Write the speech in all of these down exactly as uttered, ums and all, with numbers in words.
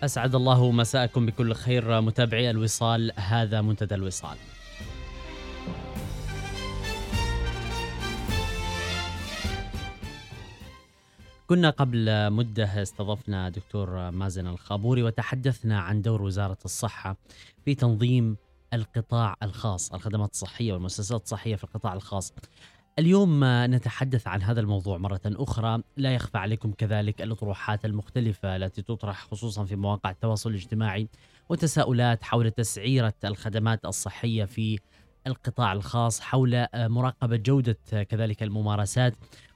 أسعد الله مساءكم بكل خير متابعي الوصال، هذا منتدى الوصال. كنا قبل مدة استضفنا دكتور مازن الخابوري وتحدثنا عن دور وزارة الصحة في تنظيم القطاع الخاص، الخدمات الصحية والمؤسسات الصحية في القطاع الخاص. اليوم نتحدث عن هذا الموضوع مرة أخرى. لا يخفى عليكم كذلك الأطروحات المختلفة التي تطرح خصوصا في مواقع التواصل الاجتماعي وتساؤلات حول تسعيرة الخدمات الصحية في القطاع الخاص، حول مراقبة جودة كذلك الممارسات،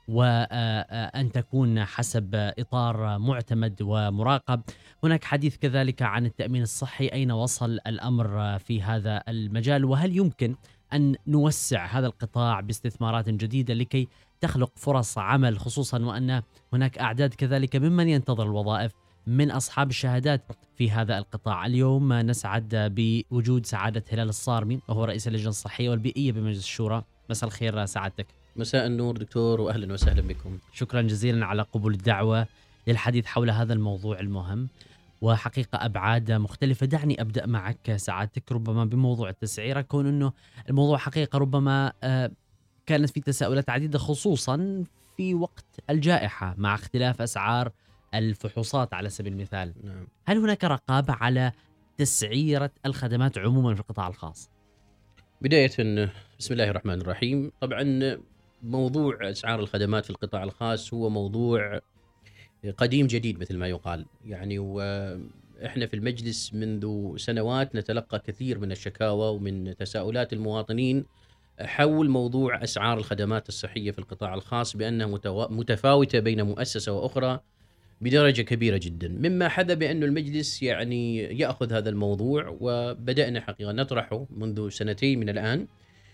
وأن تكون حسب إطار معتمد ومراقب. هناك حديث كذلك عن التأمين الصحي، أين وصل الأمر في هذا المجال، وهل يمكن أن نوسع هذا القطاع باستثمارات جديدة لكي تخلق فرص عمل، خصوصا وأن هناك أعداد كذلك ممن ينتظر الوظائف من أصحاب الشهادات في هذا القطاع. اليوم نسعد بوجود سعادة هلال الصارمي، وهو رئيس اللجنة الصحية والبيئية بمجلس الشورى. مساء الخير سعادتك. مساء النور دكتور، وأهلا وسهلا بكم. شكرا جزيلا على قبول الدعوة للحديث حول هذا الموضوع المهم، وحقيقة أبعاد مختلفة. دعني أبدأ معك سعادتك ربما بموضوع التسعيرة، كون أنه الموضوع حقيقة ربما كانت في تساؤلات عديدة خصوصا في وقت الجائحة مع اختلاف أسعار الفحوصات على سبيل المثال. نعم. هل هناك رقابة على تسعيرة الخدمات عموما في القطاع الخاص؟ بداية بسم الله الرحمن الرحيم. طبعا موضوع أسعار الخدمات في القطاع الخاص هو موضوع قديم جديد مثل ما يقال، يعني وإحنا في المجلس منذ سنوات نتلقى كثير من الشكاوى ومن تساؤلات المواطنين حول موضوع أسعار الخدمات الصحية في القطاع الخاص، بأنها متفاوتة بين مؤسسة وأخرى بدرجة كبيرة جدا، مما حدث بأن المجلس يعني يأخذ هذا الموضوع، وبدأنا حقيقة نطرحه منذ سنتين من الآن،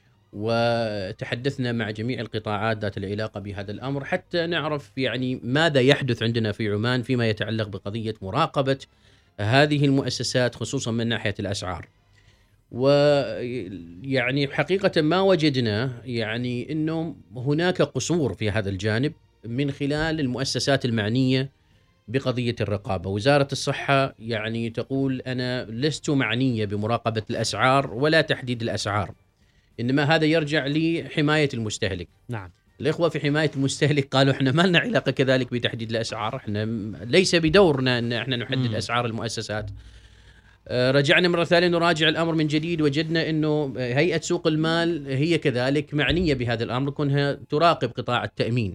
وتحدثنا مع جميع القطاعات ذات العلاقة بهذا الأمر حتى نعرف يعني ماذا يحدث عندنا في عمان فيما يتعلق بقضية مراقبة هذه المؤسسات خصوصا من ناحية الأسعار. ويعني حقيقة ما وجدنا يعني أنه هناك قصور في هذا الجانب من خلال المؤسسات المعنية بقضية الرقابة. وزارة الصحة يعني تقول أنا لست معنية بمراقبة الأسعار ولا تحديد الأسعار، إنما هذا يرجع لحماية المستهلك. نعم. الإخوة في حماية المستهلك قالوا إحنا ما لنا علاقة كذلك بتحديد الأسعار، إحنا ليس بدورنا أن إحنا نحدد م. أسعار المؤسسات. رجعنا مرة ثانية نراجع الأمر من جديد، وجدنا أنه هيئة سوق المال هي كذلك معنية بهذا الأمر، كونها تراقب قطاع التأمين.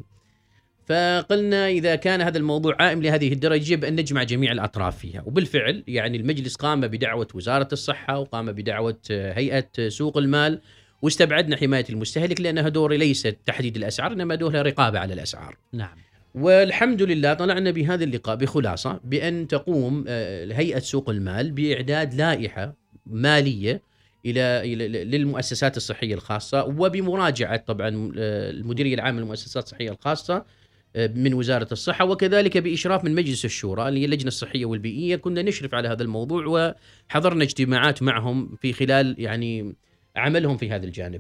فقلنا إذا كان هذا الموضوع عائم لهذه الدرجة يجب أن نجمع جميع الأطراف فيها. وبالفعل يعني المجلس قام بدعوة وزارة الصحة وقام بدعوة هيئة سوق المال، واستبعدنا حماية المستهلك لأنها دور ليس تحديد الأسعار إنما دورها رقابة على الأسعار. نعم. والحمد لله طلعنا بهذا اللقاء بخلاصة بأن تقوم هيئة سوق المال بإعداد لائحة مالية إلى للمؤسسات الصحية الخاصة، وبمراجعة طبعا المديرية العامة للمؤسسات الصحية الخاصة من وزارة الصحة، وكذلك بإشراف من مجلس الشورى اللي هي اللجنة الصحية والبيئية. كنا نشرف على هذا الموضوع وحضرنا اجتماعات معهم في خلال يعني عملهم في هذا الجانب.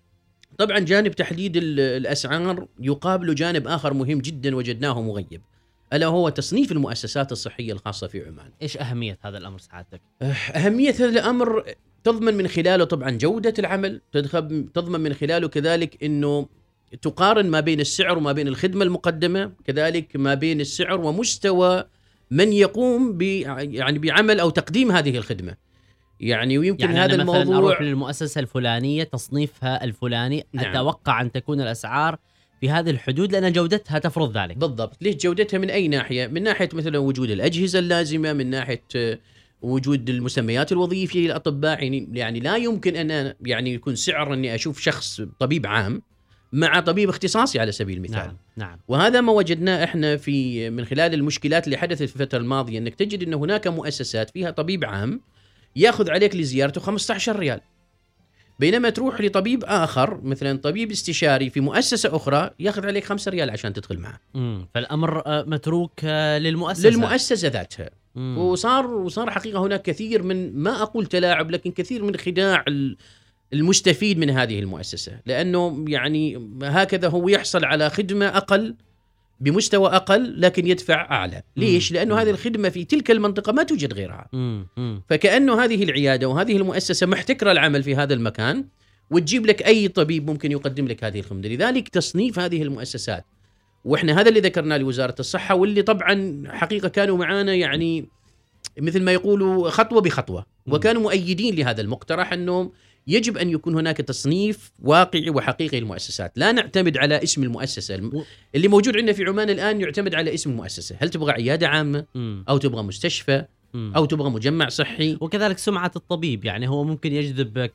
طبعا جانب تحديد الأسعار يقابل جانب آخر مهم جدا وجدناه مغيب، ألا هو تصنيف المؤسسات الصحية الخاصة في عمان. إيش أهمية هذا الأمر سعادتك؟ أهمية هذا الأمر تضمن من خلاله طبعا جودة العمل، تضمن من خلاله كذلك أنه تقارن ما بين السعر وما بين الخدمة المقدمة، كذلك ما بين السعر ومستوى من يقوم ب يعني بعمل أو تقديم هذه الخدمة. يعني ويمكن يعني هذا أنا الموضوع مثلا أروح للمؤسسة الفلانية تصنيفها الفلاني، نعم. أتوقع أن تكون الأسعار في هذه الحدود لأن جودتها تفرض ذلك. بالضبط. ليش جودتها؟ من أي ناحية؟ من ناحية مثلا وجود الأجهزة اللازمة، من ناحية وجود المسميات الوظيفية للأطباء. يعني يعني لا يمكن أن يعني يكون سعر أني أشوف شخص طبيب عام مع طبيب اختصاصي على سبيل المثال. نعم. نعم. وهذا ما وجدناه احنا في من خلال المشكلات اللي حدثت في الفترة الماضية، انك تجد ان هناك مؤسسات فيها طبيب عام ياخذ عليك لزيارته خمسة عشر ريال، بينما تروح لطبيب آخر مثلا طبيب استشاري في مؤسسة أخرى ياخذ عليك خمسة ريال عشان تدخل معه. امم فالأمر متروك للمؤسسة للمؤسسة ذاتها. مم. وصار وصار حقيقة هناك كثير من ما أقول تلاعب لكن كثير من خداع المستفيد من هذه المؤسسة، لأنه يعني هكذا هو يحصل على خدمة أقل بمستوى أقل لكن يدفع أعلى. ليش؟ لأنه هذه الخدمة في تلك المنطقة ما توجد غيرها. فكأنه هذه العيادة وهذه المؤسسة محتكرة العمل في هذا المكان وتجيب لك أي طبيب ممكن يقدم لك هذه الخدمة. لذلك تصنيف هذه المؤسسات، وإحنا هذا اللي ذكرناه لوزارة الصحة، واللي طبعا حقيقة كانوا معانا يعني مثل ما يقولوا خطوة بخطوة، وكانوا مؤيدين لهذا المقترح أنه يجب أن يكون هناك تصنيف واقعي وحقيقي للمؤسسات. لا نعتمد على اسم المؤسسة. اللي موجود عندنا في عمان الآن يعتمد على اسم المؤسسة. هل تبغى عيادة عامة أو تبغى مستشفى أو تبغى مجمع صحي، وكذلك سمعة الطبيب. يعني هو ممكن يجذب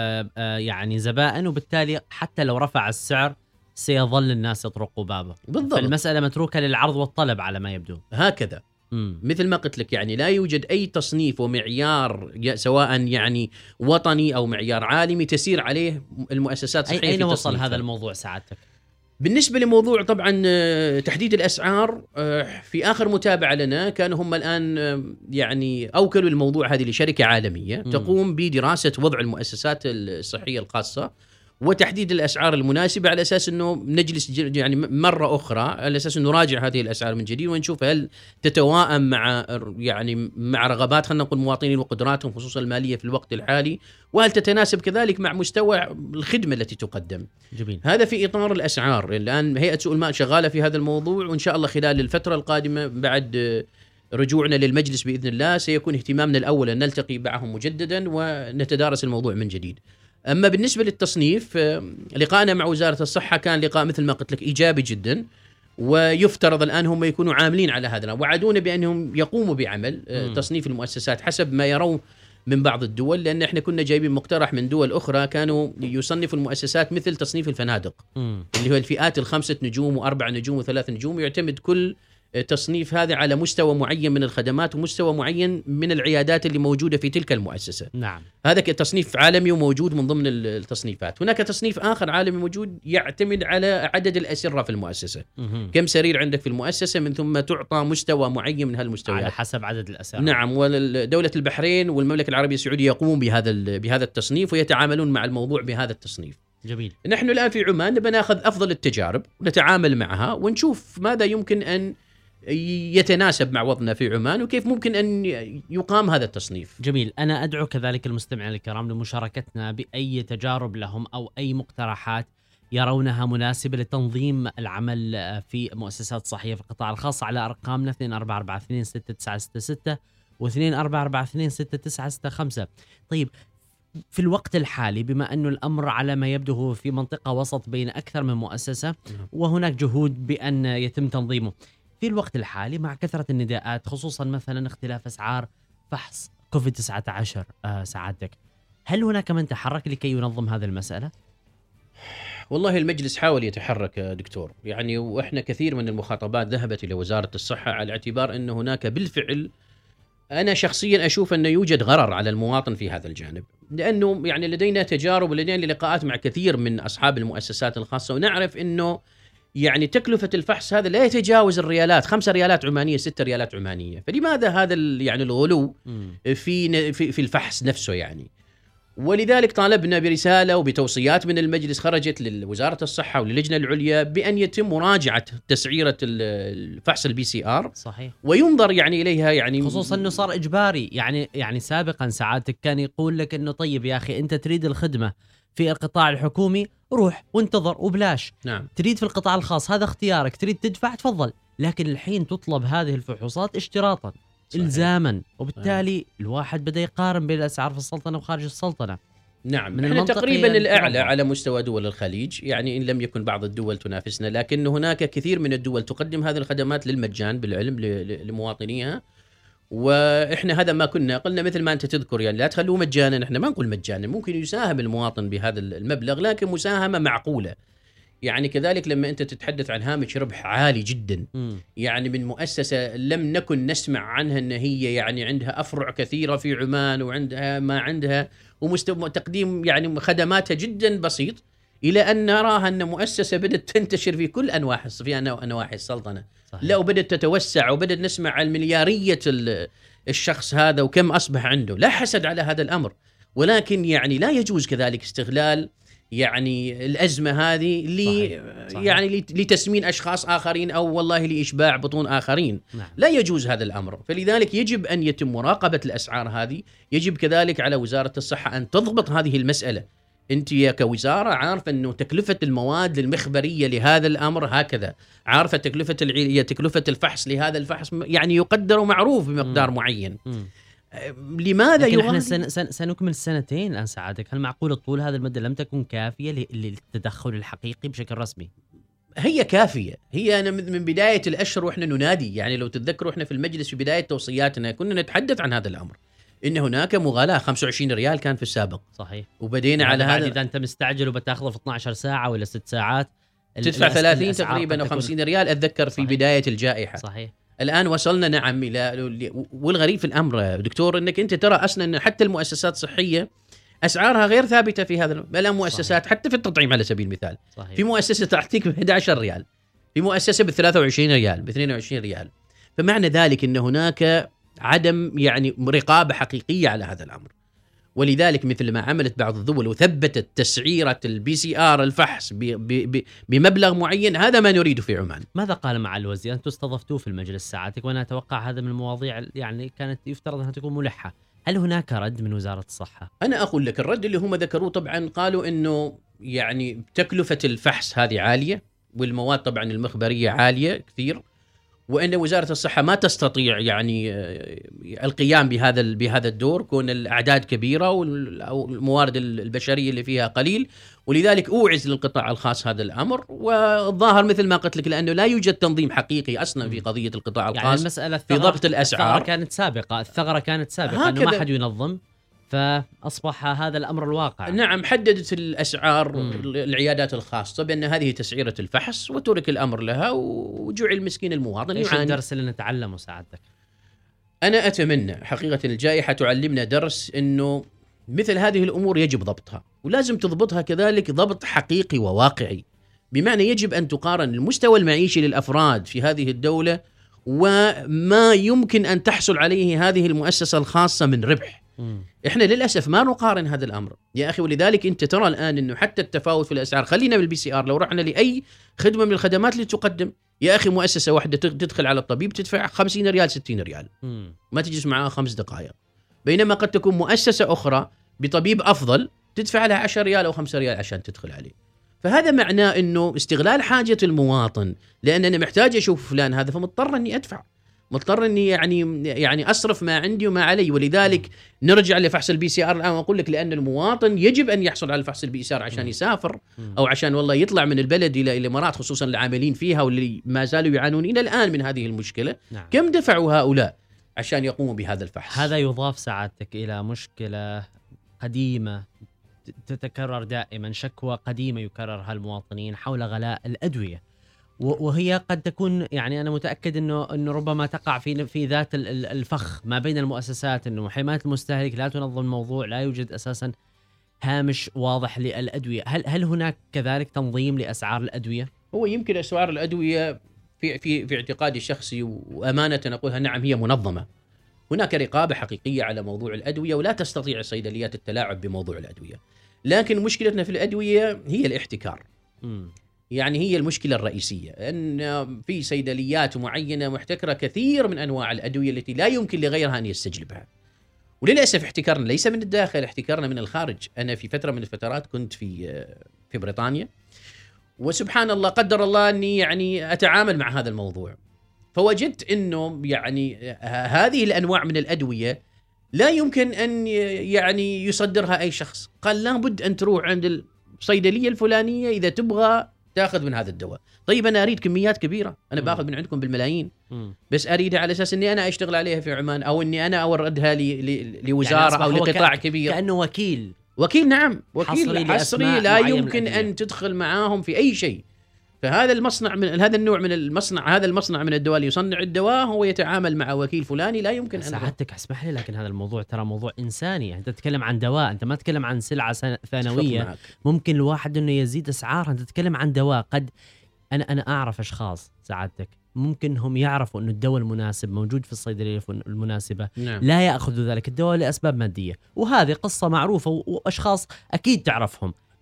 يعني زبائن، وبالتالي حتى لو رفع السعر سيظل الناس يطرقوا بابه. بالضبط. فالمسألة متروكة للعرض والطلب على ما يبدو. هكذا. مم. مثل ما قلت لك يعني لا يوجد أي تصنيف ومعيار سواء يعني وطني أو معيار عالمي تسير عليه المؤسسات الصحية. أين وصل هذا الموضوع سعادتك؟ بالنسبة لموضوع طبعا تحديد الأسعار، في آخر متابعة لنا كانوا هم الآن يعني أوكلوا الموضوع هذه لشركة عالمية مم. تقوم بدراسة وضع المؤسسات الصحية الخاصة وتحديد الأسعار المناسبة، على أساس أنه نجلس يعني مرة أخرى على أساس أنه نراجع هذه الأسعار من جديد ونشوف هل تتوائم مع يعني مع رغبات خلينا نقول المواطنين وقدراتهم خصوصا المالية في الوقت الحالي، وهل تتناسب كذلك مع مستوى الخدمة التي تقدم. جميل. هذا في إطار الأسعار. الآن هيئة سوق المال شغالة في هذا الموضوع، وإن شاء الله خلال الفترة القادمة بعد رجوعنا للمجلس بإذن الله سيكون اهتمامنا الأول أن نلتقي معهم مجددا ونتدارس الموضوع من جديد. أما بالنسبة للتصنيف، لقاءنا مع وزارة الصحة كان لقاء مثل ما قلت لك إيجابي جدا، ويفترض الآن هم يكونوا عاملين على هذا. وعدونا بأنهم يقوموا بعمل م. تصنيف المؤسسات حسب ما يرون من بعض الدول، لأن احنا كنا جايبين مقترح من دول أخرى كانوا يصنفوا المؤسسات مثل تصنيف الفنادق م. اللي هو الفئات الخمسة نجوم وأربع نجوم وثلاث نجوم، يعتمد كل تصنيف هذا على مستوى معين من الخدمات ومستوى معين من العيادات اللي موجودة في تلك المؤسسة. نعم. هذا تصنيف عالمي وموجود من ضمن التصنيفات. هناك تصنيف آخر عالمي موجود يعتمد على عدد الأسرة في المؤسسة. مه. كم سرير عندك في المؤسسة، من ثم تعطى مستوى معين من هالمستويات على حسب عدد الأسرة. نعم. ودولة البحرين والمملكة العربية السعودية يقومون بهذا بهذا التصنيف ويتعاملون مع الموضوع بهذا التصنيف. جميل. نحن الآن في عمان نبي ناخذ أفضل التجارب ونتعامل معها ونشوف ماذا يمكن أن يتناسب مع وضعنا في عمان وكيف ممكن أن يقام هذا التصنيف. جميل. أنا أدعو كذلك المستمعين الكرام لمشاركتنا بأي تجارب لهم أو أي مقترحات يرونها مناسبة لتنظيم العمل في مؤسسات صحية في القطاع الخاص على أرقامنا اثنين أربعة أربعة اثنين ستة تسعة ستة ستة واثنين أربعة أربعة اثنين ستة تسعة ستة خمسة. طيب، في الوقت الحالي بما أنه الأمر على ما يبدو هو في منطقة وسط بين أكثر من مؤسسة وهناك جهود بأن يتم تنظيمه، في الوقت الحالي مع كثرة النداءات خصوصا مثلا اختلاف أسعار فحص كوفيد تسعة عشر آه سعادتك، هل هناك من تحرك لكي ينظم هذه المسألة؟ والله المجلس حاول يتحرك دكتور، يعني وإحنا كثير من المخاطبات ذهبت إلى وزارة الصحة على اعتبار أن هناك بالفعل، أنا شخصيا أشوف أنه يوجد غرر على المواطن في هذا الجانب، لأنه يعني لدينا تجارب ولدينا لقاءات مع كثير من أصحاب المؤسسات الخاصة ونعرف أنه يعني تكلفة الفحص هذا لا يتجاوز الريالات، خمسة ريالات عمانية، ستة ريالات عمانية. فلماذا هذا يعني الغلو في في في الفحص نفسه يعني؟ ولذلك طالبنا برسالة وبتوصيات من المجلس خرجت لوزارة الصحة وللجنة العليا بأن يتم مراجعة تسعيرة الفحص البي سي آر. صحيح. وينظر يعني إليها، يعني خصوصا أنه صار إجباري. يعني يعني سابقا سعادتك كان يقول لك أنه طيب يا أخي أنت تريد الخدمة في القطاع الحكومي روح وانتظر وبلاش. نعم. تريد في القطاع الخاص هذا اختيارك، تريد تدفع تفضل. لكن الحين تطلب هذه الفحوصات اشتراطا صحيح. إلزاما، وبالتالي صحيح. الواحد بدأ يقارن بين الأسعار في السلطنة وخارج السلطنة. نعم. من تقريبا الأعلى على مستوى دول الخليج، يعني إن لم يكن بعض الدول تنافسنا، لكن هناك كثير من الدول تقدم هذه الخدمات للمجان بالعلم لمواطنيها. وإحنا هذا ما كنا قلنا مثل ما أنت تذكر، يعني لا تخلوه مجانا. إحنا ما نقول مجانا، ممكن يساهم المواطن بهذا المبلغ لكن مساهمة معقولة. يعني كذلك لما أنت تتحدث عن هامش ربح عالي جدا م. يعني من مؤسسة لم نكن نسمع عنها أن هي يعني عندها أفرع كثيرة في عمان وعندها ما عندها ومستوى تقديم يعني خدماتها جدا بسيط، إلى أن نراها أن مؤسسة بدأت تنتشر في كل أنواع في نواحي السلطنة. صحيح. لا وبدأت تتوسع وبدأت نسمع عن مليارية الشخص هذا وكم أصبح عنده. لا حسد على هذا الأمر، ولكن يعني لا يجوز كذلك استغلال يعني الأزمة هذه ل صحيح. يعني لتسمين أشخاص آخرين أو والله لإشباع بطون آخرين. نعم. لا يجوز هذا الأمر، فلذلك يجب أن يتم مراقبة الأسعار هذه. يجب كذلك على وزارة الصحة أن تضبط هذه المسألة. أنت يا كوزارة عارفة أنه تكلفة المواد المخبرية لهذا الأمر هكذا، عارفة تكلفة العيلية، تكلفة الفحص لهذا الفحص يعني يقدر معروف بمقدار م. معين. م. لماذا لكن احنا سن سن سنكمل سنتين الآن سعادتك، هل معقول طول هذه المدة لم تكن كافية للتدخل الحقيقي بشكل رسمي؟ هي كافية. هي أنا من بداية الأشهر وإحنا ننادي، يعني لو تتذكروا إحنا في المجلس في بداية توصياتنا كنا نتحدث عن هذا الأمر، إن هناك مغالاة. خمسة وعشرين ريال كان في السابق. صحيح. وبدينا على هذا. إذا أنت مستعجل وبتاخذه في اثنتي عشرة ساعة ولا ست ساعات تدفع ثلاثين تقريبا أو خمسين ريال أتذكر في صحيح. بداية الجائحة. صحيح. الآن وصلنا نعم إلى، والغريب في الأمر دكتور أنك أنت ترى أصلا أن حتى المؤسسات الصحية أسعارها غير ثابتة في هذا بل مؤسسات صحيح. حتى في التطعيم على سبيل المثال صحيح. في مؤسسة تعطيك ب أحد عشر ريال، في مؤسسة ب ثلاثة وعشرين ريال، ب اثنين وعشرين ريال. فمعنى ذلك أن هناك عدم يعني رقابة حقيقية على هذا الأمر. ولذلك مثل ما عملت بعض الدول وثبتت تسعيرة البي سي آر الفحص بمبلغ معين، هذا ما نريده في عمان. ماذا قال مع الوزير؟ أنتم استضفتوه في المجلس ساعاتك، وأنا أتوقع هذا من المواضيع يعني كانت يفترض أنها تكون ملحة. هل هناك رد من وزارة الصحة؟ أنا أقول لك الرد اللي هم ذكروه طبعا قالوا إنه يعني تكلفة الفحص هذه عالية، والمواد طبعا المخبرية عالية كثير، وأن وزارة الصحة ما تستطيع يعني القيام بهذا بهذا الدور كون الأعداد كبيرة والموارد البشرية اللي فيها قليل، ولذلك أوعز للقطاع الخاص هذا الأمر. والظاهر مثل ما قلت لك لأنه لا يوجد تنظيم حقيقي أصلا في قضية القطاع الخاص، يعني المسألة في ضبط الأسعار. الثغرة كانت سابقة الثغرة كانت سابقة أنه ما حد ينظم، فأصبح هذا الأمر الواقع. نعم، حددت الأسعار مم. العيادات الخاصة بأن هذه تسعيرة الفحص وترك الأمر لها، وجعل مسكين المواطن إيش الدرس اللي نتعلمه سعادتك؟ أنا أتمنى حقيقة الجائحة تعلمنا درس أنه مثل هذه الأمور يجب ضبطها، ولازم تضبطها كذلك ضبط حقيقي وواقعي، بمعنى يجب أن تقارن المستوى المعيشي للأفراد في هذه الدولة وما يمكن أن تحصل عليه هذه المؤسسة الخاصة من ربح. مم. إحنا للأسف ما نقارن هذا الأمر يا أخي، ولذلك أنت ترى الآن أنه حتى التفاوت في الأسعار، خلينا بالبي سي آر، لو رحنا لأي خدمة من الخدمات اللي تقدم يا أخي، مؤسسة واحدة تدخل على الطبيب تدفع خمسين ريال ستين ريال، مم. ما تجلس معها خمس دقائق، بينما قد تكون مؤسسة أخرى بطبيب أفضل تدفع لها عشرة ريال أو خمسة ريال عشان تدخل عليه. فهذا معناه أنه استغلال حاجة المواطن، لأن أنا محتاج أشوف فلان هذا فمضطر أني أدفع، مضطر اني يعني يعني اصرف ما عندي وما علي. ولذلك نرجع لفحص البي سي ار الان واقول لك لان المواطن يجب ان يحصل على الفحص البي سي ار عشان يسافر او عشان والله يطلع من البلد الى الامارات، خصوصا العاملين فيها واللي ما زالوا يعانون الى الان من هذه المشكله. نعم. كم دفعوا هؤلاء عشان يقوموا بهذا الفحص؟ هذا يضاف سعادتك الى مشكله قديمه تتكرر دائما، شكوى قديمه يكررها المواطنين حول غلاء الادويه، وهي قد تكون يعني أنا متأكد إنه إنه ربما تقع في في ذات الفخ ما بين المؤسسات، إنه حماية المستهلك لا تنظم الموضوع، لا يوجد أساسا هامش واضح للأدوية. هل هل هناك كذلك تنظيم لأسعار الأدوية؟ هو يمكن أسعار الأدوية في في في اعتقادي الشخصي وأمانة أقولها نعم هي منظمة، هناك رقابة حقيقية على موضوع الأدوية، ولا تستطيع الصيدليات التلاعب بموضوع الأدوية. لكن مشكلتنا في الأدوية هي الاحتكار. م. يعني هي المشكلة الرئيسية أن في صيدليات معينة محتكرة كثير من أنواع الأدوية التي لا يمكن لغيرها أن يستجلبها، وللأسف احتكارنا ليس من الداخل، احتكارنا من الخارج. أنا في فترة من الفترات كنت في في بريطانيا، وسبحان الله قدر الله أني يعني أتعامل مع هذا الموضوع، فوجدت أنه يعني هذه الأنواع من الأدوية لا يمكن أن يعني يصدرها أي شخص. قال لابد أن تروح عند الصيدلية الفلانية إذا تبغى تاخذ من هذا الدواء. طيب انا اريد كميات كبيره، انا باخذ من عندكم بالملايين، مم. بس اريدها على اساس اني انا اشتغل عليها في عمان، او اني انا اوردها لوزاره يعني او لقطاع كبير، كانه وكيل وكيل نعم وكيل حصري, حصري لا يمكن ان تدخل معاهم في اي شيء. فهذا المصنع من هذا النوع من المصنع هذا المصنع من الدواء اللي يصنع الدواء هو يتعامل مع وكيل فلاني، لا يمكن ان ساعدتك اسمح لي، لكن هذا الموضوع ترى موضوع انساني. انت تتكلم عن دواء، انت ما تتكلم عن سلعه ثانويه ممكن الواحد انه يزيد اسعارها، انت تتكلم عن دواء. قد انا انا اعرف اشخاص سعادتك ممكن هم يعرفوا انه الدواء المناسب موجود في الصيدليه المناسبه، نعم. لا ياخذوا ذلك الدواء لاسباب ماديه، وهذه قصه معروفه واشخاص اكيد تعرفهم.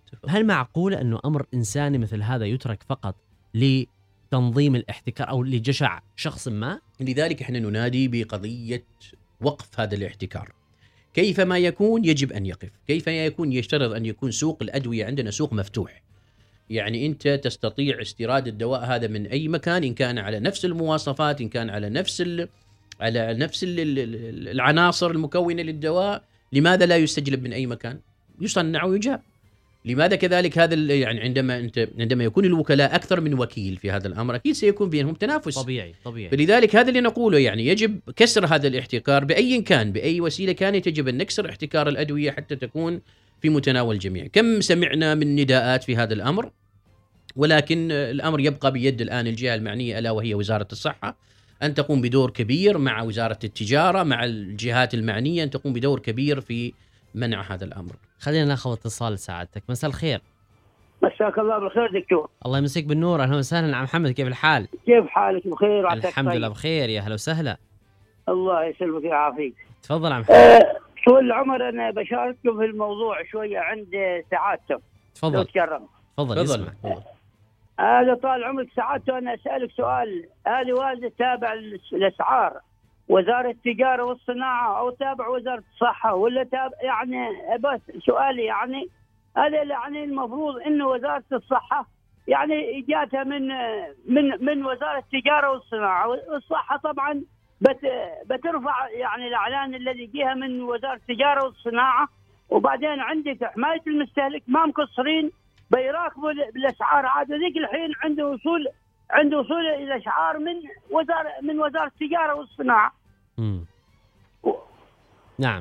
هل معقول أنه أمر إنساني مثل هذا يترك فقط لتنظيم الاحتكار أو لجشع شخص ما؟ لذلك احنا ننادي بقضية وقف هذا الاحتكار. كيفما يكون يجب أن يقف، كيف يكون يشترط أن يكون سوق الأدوية عندنا سوق مفتوح. يعني أنت تستطيع استيراد الدواء هذا من أي مكان، إن كان على نفس المواصفات، إن كان على نفس ال على نفس ال العناصر المكونة للدواء. لماذا لا يستجلب من أي مكان؟ يصنع ويجاب. لماذا كذلك هذا يعني عندما انت عندما يكون الوكلاء اكثر من وكيل في هذا الامر اكيد سيكون بينهم تنافس طبيعي طبيعي. فلذلك هذا اللي نقوله، يعني يجب كسر هذا الاحتكار باي كان، باي وسيله كانت، يجب ان نكسر احتكار الادويه حتى تكون في متناول الجميع. كم سمعنا من نداءات في هذا الامر، ولكن الامر يبقى بيد الان الجهه المعنيه الا وهي وزاره الصحه ان تقوم بدور كبير مع وزاره التجاره، مع الجهات المعنيه، ان تقوم بدور كبير في منع هذا الامر. خلينا ناخذ اتصال سعادتك. مساء الخير. مساك الله بالخير دكتور. الله يمسيك بالنور. اهلا وسهلا عم محمد، كيف الحال؟ كيف حالك؟ بخير؟ الحمد لله بخير. يا اهلا وسهلا. الله يسلمك ويعافيك. تفضل عم محمد. أه طول العمر انا بشارككم في الموضوع شويه عند سعادتك. تفضل. تكرم. تفضل اسمع. هذا طال عمرك سعادته، انا اسالك سؤال. هذه والده تابع الاسعار وزاره التجاره والصناعه او تابع وزاره الصحه ولا تابع؟ يعني بس سؤالي يعني هذا يعني المفروض انه وزاره الصحه يعني جاتها من من من وزاره التجاره والصناعه، والصحه طبعا بت بترفع يعني الاعلان الذي جاها من وزاره التجاره والصناعه. وبعدين عندك حمايه المستهلك ما مقصرين بيراقبوا الاسعار عاد، ذيك الحين عنده وصول عنده وصول الى اشعار من وزاره من وزاره التجاره والصناعه. امم و... نعم.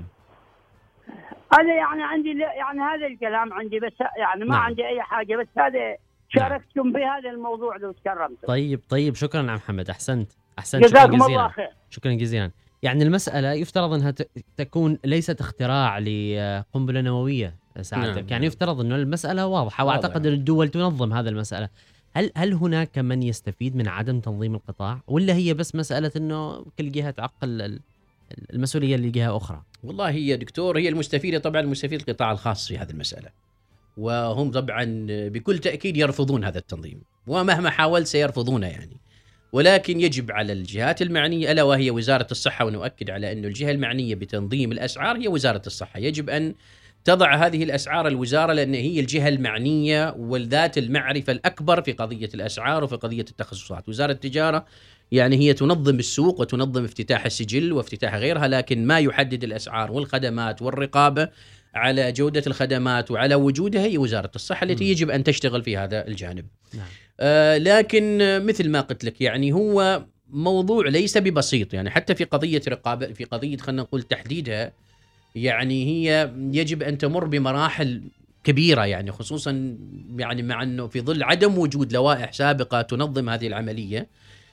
هذا يعني عندي يعني هذا الكلام عندي بس، يعني ما نعم. عندي اي حاجه، بس هذا شاركتكم في هذا الموضوع لو تكرمتم. طيب طيب شكرا عم محمد، احسنت احسنت. جزاكم الله خير. شكرا جزيلا. يعني المساله يفترض انها تكون ليست اختراع لقنبله نوويه سعادتك. نعم. يعني يفترض انه المساله واضحه، واعتقد ان الدول تنظم هذا المساله. هل هل هناك من يستفيد من عدم تنظيم القطاع، ولا هي بس مساله انه كل جهه تعقل المسؤوليه لجهه اخرى؟ والله يا دكتور هي المستفيده طبعا المستفيد القطاع الخاص في هذه المساله، وهم طبعا بكل تاكيد يرفضون هذا التنظيم، ومهما حاولت سيرفضونه يعني. ولكن يجب على الجهات المعنيه الا وهي وزاره الصحه، ونؤكد على انه الجهه المعنيه بتنظيم الاسعار هي وزاره الصحه، يجب ان تضع هذه الأسعار الوزارة، لأن هي الجهة المعنية والذات المعرفة الأكبر في قضية الأسعار وفي قضية التخصصات. وزارة التجارة يعني هي تنظم السوق وتنظم افتتاح السجل وافتتاح غيرها، لكن ما يحدد الأسعار والخدمات والرقابة على جودة الخدمات وعلى وجودها هي وزارة الصحة التي يجب أن تشتغل في هذا الجانب. نعم. آه لكن مثل ما قلت لك يعني هو موضوع ليس ببسيط، يعني حتى في قضية رقابة، في قضية خلينا نقول تحديدها، يعني هي يجب أن تمر بمراحل كبيرة، يعني خصوصا يعني مع أنه في ظل عدم وجود لوائح سابقة تنظم هذه العملية.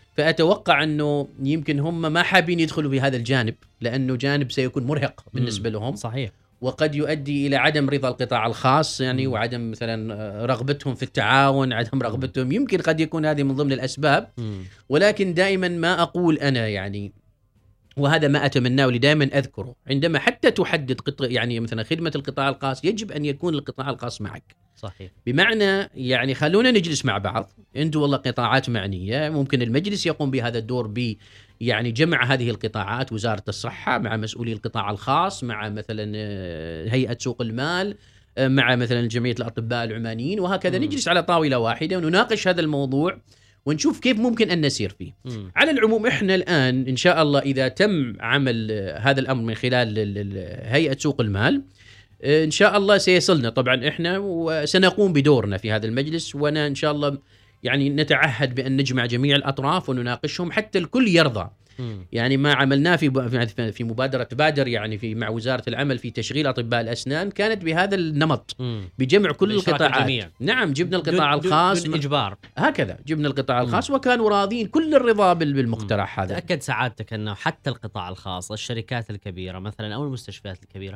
فأتوقع أنه يمكن هم ما حابين يدخلوا في هذا الجانب، لأنه جانب سيكون مرهق بالنسبة لهم. صحيح. وقد يؤدي إلى عدم رضا القطاع الخاص يعني، م. وعدم مثلا رغبتهم في التعاون، عدم رغبتهم، يمكن قد يكون هذه من ضمن الأسباب. م. ولكن دائما ما أقول أنا يعني، وهذا ما أتمناه ودائما أذكره، عندما حتى تحدد قطع يعني مثلا خدمة القطاع الخاص يجب أن يكون القطاع الخاص معك. صحيح. بمعنى يعني خلونا نجلس مع بعض، أنتم والله قطاعات معنية، ممكن المجلس يقوم بهذا الدور ب يعني جمع هذه القطاعات، وزارة الصحة مع مسؤولي القطاع الخاص، مع مثلا هيئة سوق المال، مع مثلا جمعية الأطباء العمانيين، وهكذا م. نجلس على طاولة واحدة ونناقش هذا الموضوع ونشوف كيف ممكن أن نسير فيه. م. على العموم إحنا الآن إن شاء الله إذا تم عمل هذا الأمر من خلال هيئة سوق المال إن شاء الله سيصلنا طبعا إحنا وسنقوم بدورنا في هذا المجلس، وأنا إن شاء الله يعني نتعهد بأن نجمع جميع الأطراف ونناقشهم حتى الكل يرضى. م. يعني ما عملناه في في مبادرة بادر يعني في مع وزارة العمل في تشغيل أطباء الأسنان كانت بهذا النمط، م. بجمع كل القطاعات الجميع. نعم جبنا القطاع دون الخاص دون إجبار، هكذا جبنا القطاع الخاص م. وكانوا راضين كل الرضا بالمقترح م. هذا. تأكد سعادتك أنه حتى القطاع الخاص، الشركات الكبيرة مثلا أو المستشفيات الكبيرة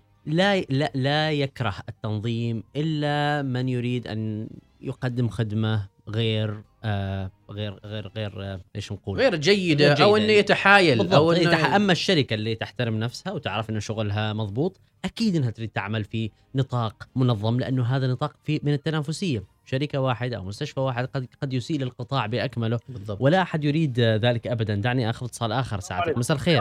لا لا لا يكره التنظيم إلا من يريد أن يقدم خدمة غير آه غير غير غير آه ايش نقول غير جيدة, غير جيدة او انه يتحايل بالضبط. او إنه انه اما الشركه اللي تحترم نفسها وتعرف انه شغلها مضبوط اكيد انها تريد تعمل في نطاق منظم، لانه هذا نطاق في من التنافسيه. شركه واحده او مستشفى واحد قد قد يسيء القطاع باكمله بالضبط. ولا احد يريد ذلك ابدا. دعني اخذ اتصال اخر ساعتك. مساء الخير.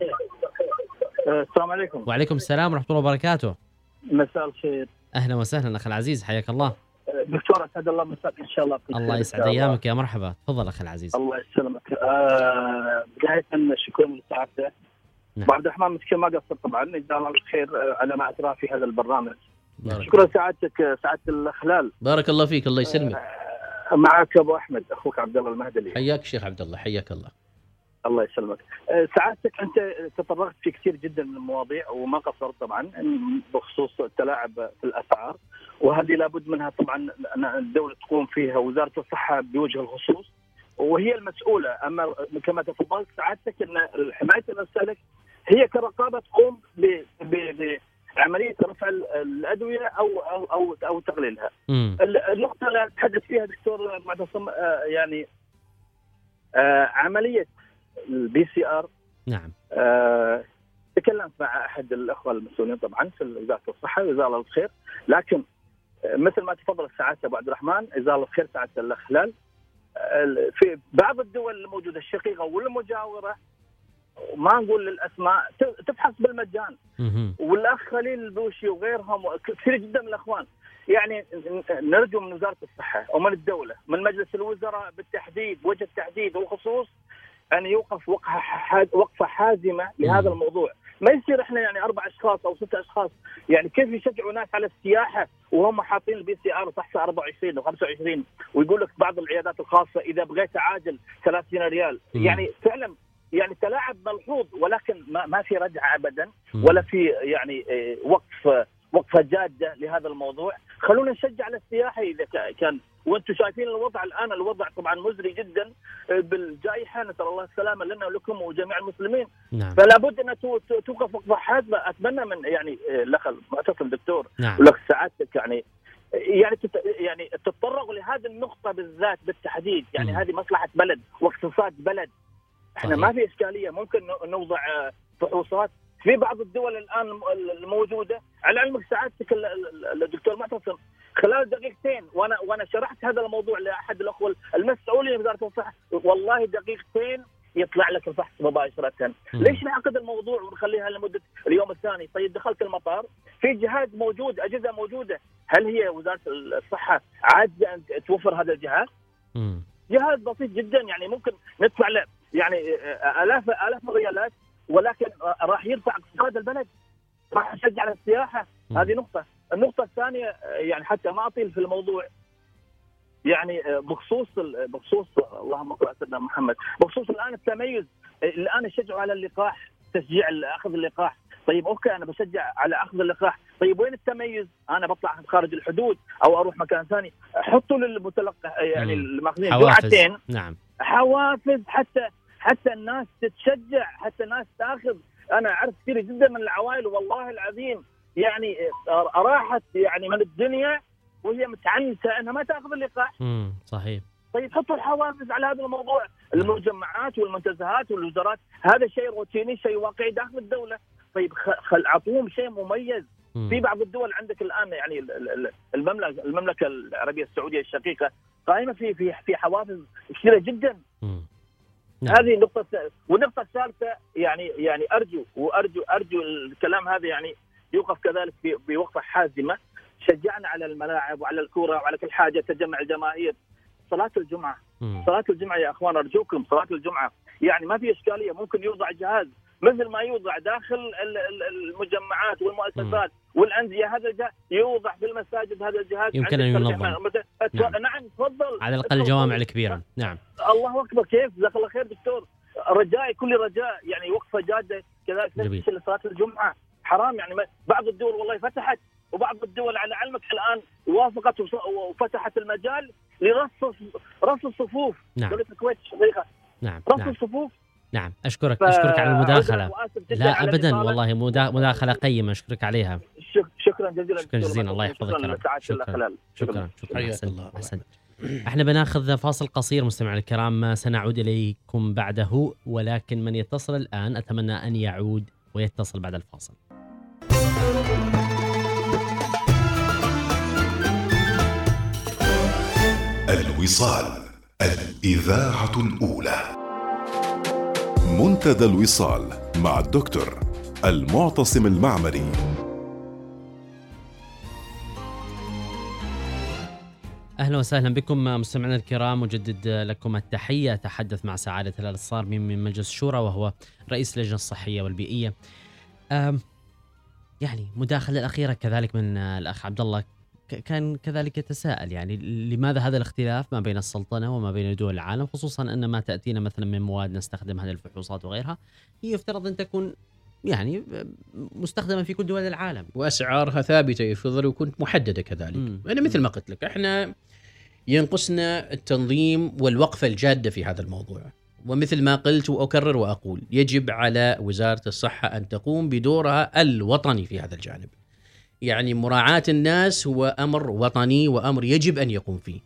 السلام عليكم. وعليكم السلام ورحمه الله وبركاته. مساء الخير. اهلا وسهلا اخي العزيز، حياك الله. دكتور اسعد الله مساك ان شاء الله. الله يسعد ايامك يا مرحبا، تفضل اخي العزيز. الله يسلمك. آه بدايه شكرا لسعادتك. نعم. عبد الرحمن مسكين ما قصر طبعا، جزاه الله الخير على ما اجراه في هذا البرنامج. نعم. شكرا لسعادتك سعاده الاخلال. بارك الله فيك، الله يسلمك. آه معك ابو احمد اخوك عبد الله المهدلي. حياك شيخ عبد الله، حياك الله. الله يسلمك. آه سعادتك انت تطرقت في كثير جدا من المواضيع وما قصرت طبعا بخصوص التلاعب في الاسعار، وهذه لابد منها طبعا أن الدوله تقوم فيها وزاره الصحه بوجه الخصوص، وهي المسؤوله. اما كما تفضلت سعادتك ان حمايه المستهلك هي كرقابه تقوم بعمليه رفع الادويه او او او, أو تقليلها. مم. النقطه اللي اتحدث فيها دكتور معتصم آه يعني آه عمليه البي سي ار. نعم. آه تكلمت مع احد الاخوه المسؤولين طبعا في وزاره الصحه جزاه الله الخير، لكن مثل ما تفضل سعاده ابو عبد الرحمن جزاه الله الخير سعاده الاخلال، في بعض الدول الموجوده الشقيقه والمجاوره ما نقول للاسماء تفحص بالمجان. والاخ خليل البوشي وغيرهم كثير جدا من الاخوان، يعني نرجو من وزاره الصحه ومن الدوله من مجلس الوزراء بالتحديد وجه التحديد والخصوص ان يوقف وقفه حازمه لهذا الموضوع. ما يصير احنا يعني اربع اشخاص او ستة اشخاص يعني كيف يشجعوا ناس على السياحه وهم حاطين البي سي ار صح أربعة وعشرين او خمسة وعشرين، ويقول لك بعض العيادات الخاصه اذا بغيت عاجل ثلاثين ريال. م. يعني فعلا يعني تلاعب ملحوظ، ولكن ما, ما في رجعه ابدا ولا في يعني وقف وقفه جاده لهذا الموضوع. خلونا نشجع على السياحه اذا كان، وانتم شايفين الوضع الان، الوضع طبعا مزري جدا بالجائحه، نسال الله السلامه لنا ولكم وجميع المسلمين. نعم. فلا بد ان توقف وقفه حازمه. اتمنى من يعني الاخ معتصم دكتور نعم. ولك سعادتك يعني يعني تت يعني تتطرقوا لهذه النقطه بالذات بالتحديد، يعني م. هذه مصلحه بلد واقتصاد بلد. احنا صحيح. ما في اشكاليه، ممكن نوضع فحوصات في بعض الدول الان الموجوده. على علمك سعادتك الدكتور معتصم خلال دقيقتين وانا وانا شرحت هذا الموضوع لاحد الاخوه المسؤولين من وزاره الصحه، والله دقيقتين يطلع لك الفحص مباشره. ليش نعقد الموضوع ونخليها لمده اليوم الثاني؟ طيب دخلت المطار في جهاز موجود، اجهزه موجوده، هل هي وزاره الصحه عاجزه ان توفر هذا الجهاز؟ مم. جهاز بسيط جدا يعني ممكن ندفع له يعني الاف الاف الريالات، ولكن راح يرفع اقتصاد البلد، راح يشجع على السياحه. مم. هذه نقطه. النقطه الثانيه يعني حتى ما اطيل في الموضوع، يعني بخصوص بخصوص اللهم صل على سيدنا محمد، بخصوص الان التميز، الان يشجعوا على اللقاح، تشجيع اخذ اللقاح. طيب اوكي انا بشجع على اخذ اللقاح، طيب وين التميز؟ انا بطلع خارج الحدود او اروح مكان ثاني، حطوا للمتلقى يعني الماخذين جرعتين نعم حوافز حتى حتى الناس تتشجع، حتى الناس تاخذ. انا اعرف كثير جدا من العوائل والله العظيم يعني راحت يعني من الدنيا وهي متعنسه انها ما تاخذ اللقاح. امم صحيح. طيب حطوا الحوافز على هذا الموضوع. المجمعات والمنتزهات والوزارات هذا شيء روتيني، شيء واقعي داخل الدوله. طيب خل اعطوهم شيء مميز. مم. في بعض الدول عندك الان يعني المملكه المملكه العربيه السعوديه الشقيقه قائمه في في في حوافز كثيره جدا. نعم. هذه نقطه. والنقطه الثالثه يعني يعني ارجو وارجو ارجو الكلام هذا يعني يوقف كذلك بوقفه حازمه. شجعنا على الملاعب وعلى الكوره وعلى كل حاجه، تجمع الجماهير. صلاه الجمعه مم. صلاه الجمعه يا اخوان ارجوكم، صلاه الجمعه يعني ما في اشكاليه، ممكن يوضع جهاز مثل ما يوضع داخل المجمعات والمؤسسات مم. والانديه، هذا الجهاز يوضع في المساجد، هذا الجهاز يمكن ان ينظم. نعم. نعم تفضل على الاقل الجوامع الكبيره. نعم الله اكبر. كيف جزاك الله خير دكتور، رجائي كل رجاء يعني وقفه جاده كذلك نفس لصلاه الجمعه. حرام يعني بعض الدول والله فتحت، وبعض الدول على علمك الان وافقت وفتحت المجال لرص رص الصفوف. نعم. دولة الكويت الشقيقة نعم. رص نعم. الصفوف. نعم اشكرك ف... اشكرك على المداخله. لا ابدا والله مدا... مداخله قيمه، اشكرك عليها. شك... شكرا جزيلا. شكرا جزيلا الله يحفظك. شكرا شكرا شكرا, شكرا. حياك الله. احسنت. احنا بناخذ فاصل قصير مستمعينا الكرام، سنعود إليكم بعده، ولكن من يتصل الآن أتمنى أن يعود ويتصل بعد الفاصل. الوصال، الإذاعة الأولى. منتدى الوصال مع الدكتور المعتصم المعمري. أهلا وسهلا بكم مستمعينا الكرام، مجدد لكم التحية. أتحدث مع سعادة هلال الصارمي من مجلس الشورى وهو رئيس اللجنة الصحية والبيئية. يعني مداخلة الأخيرة كذلك من الأخ عبد الله كان كذلك يتساءل يعني لماذا هذا الاختلاف ما بين السلطنة وما بين دول العالم، خصوصا أن ما تأتينا مثلا من مواد نستخدم هذه الفحوصات وغيرها هي يفترض أن تكون يعني مستخدمة في كل دول العالم وأسعارها ثابتة، يفضل يكون محددة كذلك. م. أنا مثل ما قلت لك احنا ينقصنا التنظيم والوقفة الجادة في هذا الموضوع، ومثل ما قلت وأكرر وأقول يجب على وزارة الصحة أن تقوم بدورها الوطني في هذا الجانب. يعني مراعاة الناس هو أمر وطني وأمر يجب أن يقوم فيه،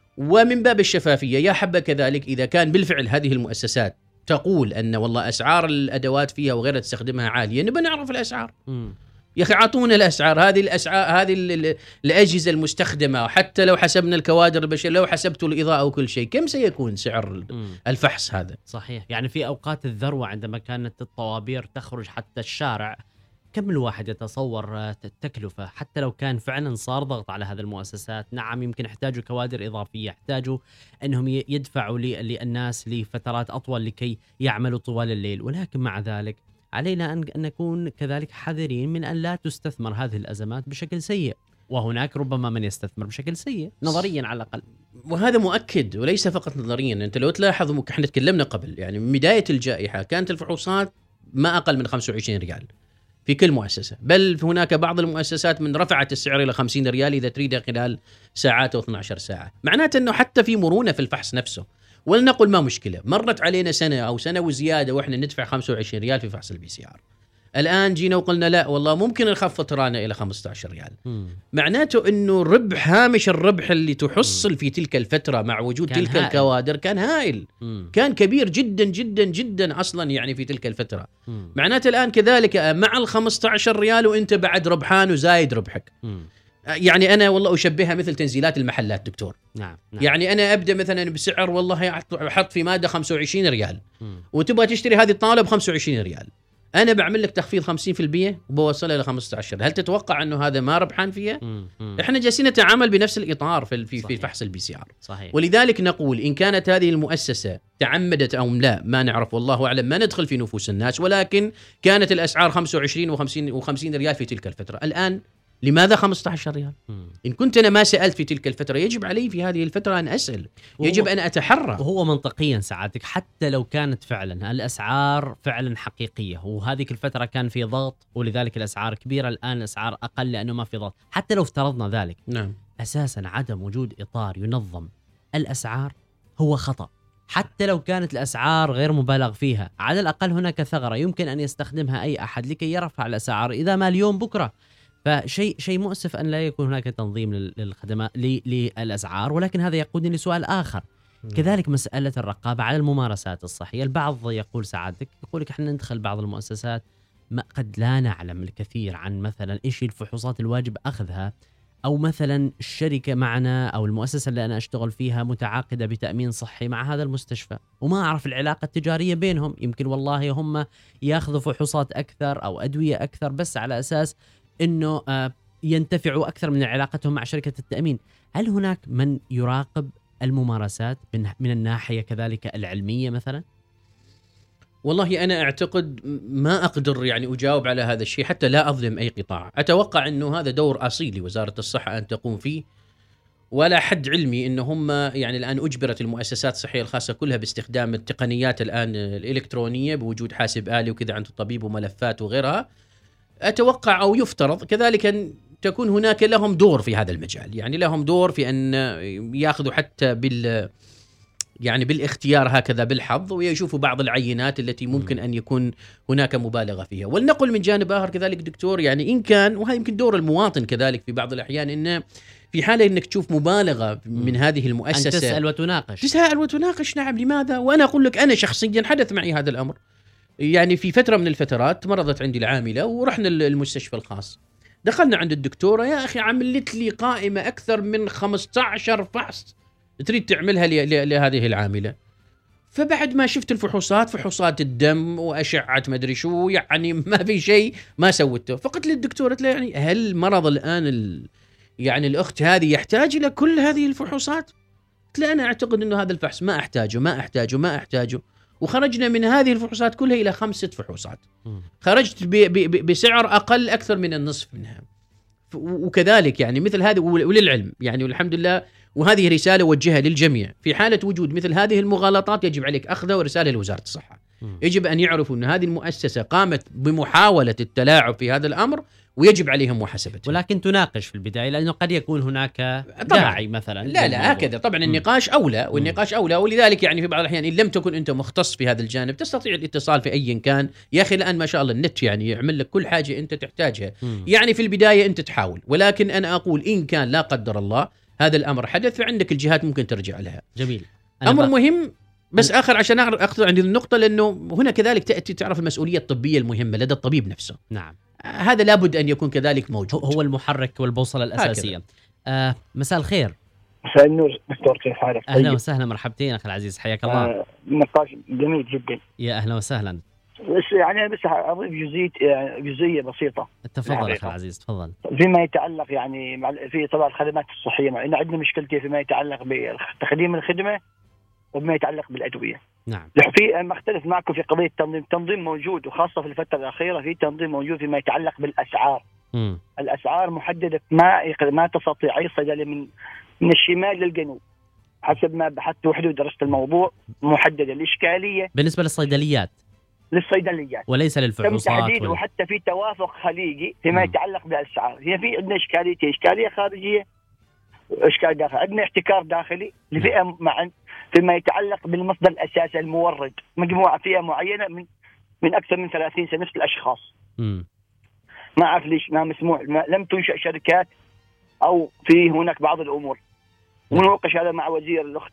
ومن باب الشفافية يا حبة كذلك إذا كان بالفعل هذه المؤسسات تقول أن والله أسعار الأدوات فيها وغيرها تستخدمها عالية، نبي نعرف الأسعار. م. يا أخي عطونا الأسعار، هذه الأسعار هذه الأجهزة المستخدمة، حتى لو حسبنا الكوادر البشرية، لو حسبتوا الإضاءة وكل شيء، كم سيكون سعر م. الفحص هذا؟ صحيح. يعني في أوقات الذروة عندما كانت الطوابير تخرج حتى الشارع، كم الواحد يتصور التكلفة؟ حتى لو كان فعلا صار ضغط على هذه المؤسسات، نعم يمكن يحتاجوا كوادر إضافية، يحتاجوا أنهم يدفعوا للناس لفترات أطول لكي يعملوا طوال الليل، ولكن مع ذلك علينا أن نكون كذلك حذرين من أن لا تستثمر هذه الأزمات بشكل سيء، وهناك ربما من يستثمر بشكل سيء نظريا على الأقل، وهذا مؤكد وليس فقط نظريا. أنت لو تلاحظ احنا تكلمنا قبل يعني من بداية الجائحة كانت الفحوصات ما أقل من خمسة وعشرين ريال في كل مؤسسة، بل هناك بعض المؤسسات من رفعت السعر إلى خمسين ريال إذا تريد خلال ساعات أو اثنتي عشرة ساعة. معناته أنه حتى في مرونة في الفحص نفسه. ولنقل ما مشكلة، مرت علينا سنة أو سنة وزيادة وإحنا ندفع خمسة وعشرين ريال في فحص البي سي آر، الآن جينا وقلنا لا والله ممكن نخفض رانا إلى خمسة عشر ريال. م. معناته أنه ربح هامش الربح اللي تحصل م. في تلك الفترة مع وجود تلك هائل. الكوادر كان هائل، م. كان كبير جدا جدا جدا أصلا يعني في تلك الفترة. م. معناته الآن كذلك مع الخمسة عشر ريال وإنت بعد ربحان وزايد ربحك. م. يعني أنا والله أشبهها مثل تنزيلات المحلات دكتور. نعم. نعم. يعني أنا أبدأ مثلا بسعر والله أحط في مادة خمسة وعشرين ريال م. وتبغى تشتري هذه الطاولة بخمسة وعشرين ريال، أنا بعمل لك تخفيض خمسين بالمئة وبوصلها إلى خمسة عشر. هل تتوقع أنه هذا ما ربحان فيها؟ مم. مم. إحنا جالسين نتعامل بنفس الإطار في في, في فحص البي سي آر. صحيح. ولذلك نقول إن كانت هذه المؤسسة تعمدت أو لا ما نعرف والله أعلم، ما ندخل في نفوس الناس، ولكن كانت الأسعار خمسة وعشرين وخمسين وخمسين ريال في تلك الفترة. الآن لماذا خمسة عشر ريال؟ مم. إن كنت أنا ما سألت في تلك الفترة يجب علي في هذه الفترة أن أسأل، يجب أن أتحرى. وهو منطقيا سعادتك حتى لو كانت فعلا الأسعار فعلا حقيقية وهذه الفترة كان في ضغط ولذلك الأسعار كبيرة، الآن الأسعار أقل لأنه ما في ضغط، حتى لو افترضنا ذلك. نعم. أساسا عدم وجود إطار ينظم الأسعار هو خطأ، حتى لو كانت الأسعار غير مبالغ فيها، على الأقل هناك ثغرة يمكن أن يستخدمها أي أحد لكي يرفع الأسعار إذا ما اليوم بكرة. فشيء شيء مؤسف أن لا يكون هناك تنظيم للخدمات للأسعار. ولكن هذا يقودني لسؤال آخر، كذلك مسألة الرقابة على الممارسات الصحية. البعض يقول سعادتك يقول لك احنا ندخل بعض المؤسسات ما قد لا نعلم الكثير عن مثلا ايش الفحوصات الواجب أخذها، أو مثلا الشركة معنا أو المؤسسة اللي أنا أشتغل فيها متعاقدة بتأمين صحي مع هذا المستشفى وما أعرف العلاقة التجارية بينهم، يمكن والله هم يأخذوا فحوصات أكثر أو أدوية أكثر بس على أساس إنه ينتفعوا أكثر من علاقتهم مع شركة التأمين. هل هناك من يراقب الممارسات من الناحية كذلك العلمية مثلا؟ والله أنا أعتقد ما أقدر يعني أجاوب على هذا الشيء حتى لا أظلم أي قطاع. أتوقع أنه هذا دور أصيل لوزارة الصحة أن تقوم فيه، ولا حد علمي أنه هم يعني الآن أجبرت المؤسسات الصحية الخاصة كلها باستخدام التقنيات الآن الإلكترونية بوجود حاسب آلي وكذا عند الطبيب وملفات وغيرها. أتوقع أو يفترض كذلك أن تكون هناك لهم دور في هذا المجال، يعني لهم دور في أن يأخذوا حتى بال يعني بالاختيار هكذا بالحظ، ويشوفوا بعض العينات التي ممكن أن يكون هناك مبالغة فيها. ولنقل من جانب آخر كذلك دكتور، يعني إن كان، وهذا يمكن دور المواطن كذلك في بعض الأحيان، إنه في حالة إنك تشوف مبالغة من هذه المؤسسة أن تسأل وتناقش تسأل وتناقش. نعم، لماذا؟ وأنا أقول لك أنا شخصيا حدث معي هذا الأمر. يعني في فترة من الفترات مرضت عندي العاملة ورحنا المستشفى الخاص، دخلنا عند الدكتورة، يا أخي عملت لي قائمة أكثر من خمسة عشر فحص تريد تعملها لهذه العاملة. فبعد ما شفت الفحوصات، فحوصات الدم وأشعة ما أدري شو، يعني ما في شيء ما سويته. فقلت للدكتورة، قلت لها يعني هل مرض الآن ال... يعني الأخت هذه يحتاج إلى كل هذه الفحوصات؟ قلت لها أنا أعتقد أنه هذا الفحص ما أحتاجه ما أحتاجه ما أحتاجه. وخرجنا من هذه الفحوصات كلها إلى خمسة فحوصات، خرجت ب... ب... بسعر أقل أكثر من النصف منها. وكذلك يعني مثل هذه، وللعلم يعني والحمد لله، وهذه رسالة وجهها للجميع، في حالة وجود مثل هذه المغالطات يجب عليك أخذها، ورسالة لوزارة الصحة. يجب أن يعرفوا أن هذه المؤسسة قامت بمحاولة التلاعب في هذا الأمر، ويجب عليهم محاسبته. ولكن تناقش في البداية، لأنه قد يكون هناك داعي مثلا. لا لا هكذا طبعا النقاش أولى، والنقاش أولى. ولذلك يعني في بعض الأحيان إن لم تكن أنت مختص في هذا الجانب تستطيع الاتصال في أي كان. يا أخي الآن ما شاء الله النت يعني يعمل لك كل حاجة أنت تحتاجها. مم. يعني في البداية أنت تحاول، ولكن أنا أقول إن كان لا قدر الله هذا الأمر حدث، فعندك الجهات ممكن ترجع لها. جميل. أمر بقى مهم. بس آخر عشان أقطع عند النقطة، لأنه هنا كذلك تأتي تعرف المسؤولية الطبية المهمة لدى الطبيب نفسه. نعم، هذا لابد أن يكون كذلك موجود، هو المحرك والبوصلة الأساسية. آه مساء الخير. مساء النور دكتور، كيف حالك؟ أهلا وسهلا، مرحبتين أخي العزيز، حياك الله. آه نقاش جميل جدا. يا أهلا وسهلا. بس يعني بس أضيف جزئية جزئية بسيطة. تفضل أخي العزيز، تفضل. فيما يتعلق يعني في طبعا الخدمات الصحية، مع إن عندنا مشكلتي فيما يتعلق بتقديم الخدمة وبما يتعلق بالأدوية. نعم. في ما اختلف معكم في قضية التنظيم، تنظيم موجود، وخاصة في الفترة الأخيرة في تنظيم موجود فيما يتعلق بالأسعار. م. الأسعار محددة، ما ما تستطيع أي صيدلي من من الشمال للجنوب حسب ما بحثت وحده ودرست الموضوع، محددة. الإشكالية بالنسبة للصيدليات للصيدليات وليس للفحوصات تحديد وال... وحتى في توافق خليجي فيما يتعلق بالأسعار. هي في عندنا إشكاليتين، إشكالية خارجية وإشكال داخلي. عندنا احتكار داخلي لفئة معا فيما يتعلق بالمصدر الأساسي المورد، مجموعة فئة معينة من من أكثر من ثلاثين سنة، نفس الأشخاص. م. ما أعرف ليش ما مسموح، ما لم تنشأ شركات أو في هناك بعض الأمور. ونوقش هذا مع وزير الأخت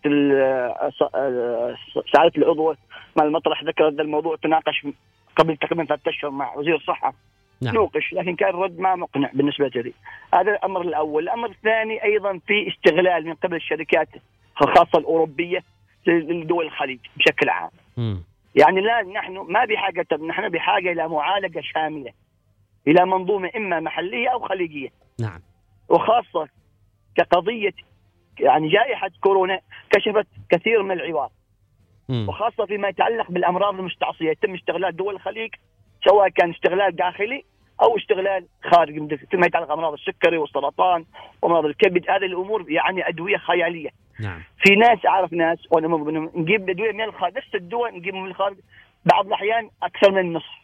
سعادة العضوة مع المطرح، ذكر هذا الموضوع، تناقش قبل تقريبا ثلاثة أشهر مع وزير الصحة. نعم. نوقش، لكن كان الرد ما مقنع بالنسبة لي. هذا الأمر الأول. الأمر الثاني أيضا في استغلال من قبل الشركات الخاصة الأوروبية لدول الخليج بشكل عام. م. يعني لا، نحن ما بحاجة، نحن بحاجة إلى معالجة شاملة، إلى منظومة إما محلية أو خليجية. نعم. وخاصة كقضية يعني جائحة كورونا كشفت كثير من العوار، م. وخاصة فيما يتعلق بالأمراض المستعصية. يتم استغلال دول الخليج، سواء كان استغلال داخلي أو استغلال خارجي، فيما يتعلق أمراض السكري والسرطان وأمراض الكبد. هذه الأمور يعني أدوية خيالية. نعم. في ناس أعرف ناس وأنا نجيب أدوية من الخارج، نفس الدواء نجيب من الخارج بعض الأحيان أكثر من النصف،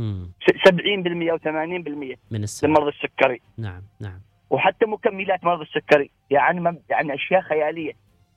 سبعين بالمئة أو ثمانين بالمئة من لمرضى السكري. نعم نعم. وحتى مكملات مرض السكري، يعني يعني أشياء خيالية.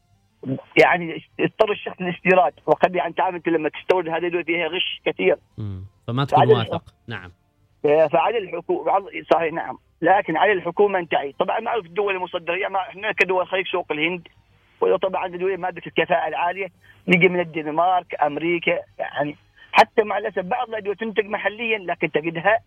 يعني اضطر الشخص للاستيراد، وقد يعني تعرف أنت لما تستورد هذه الأدوية فيها غش كثير، مم. فما تكون واثق. نعم. فعلى الحكومة صحيح، نعم، لكن على الحكومة أن تعي. طبعا معروف الدول المصدرية، ما احنا كدول الخليج سوق الهند، وطبعا الأدوية مادة الكفاءة العالية نيجي من الدنمارك، أمريكا. يعني حتى مع الأسف بعض الأدوية تنتج محليا لكن تجدها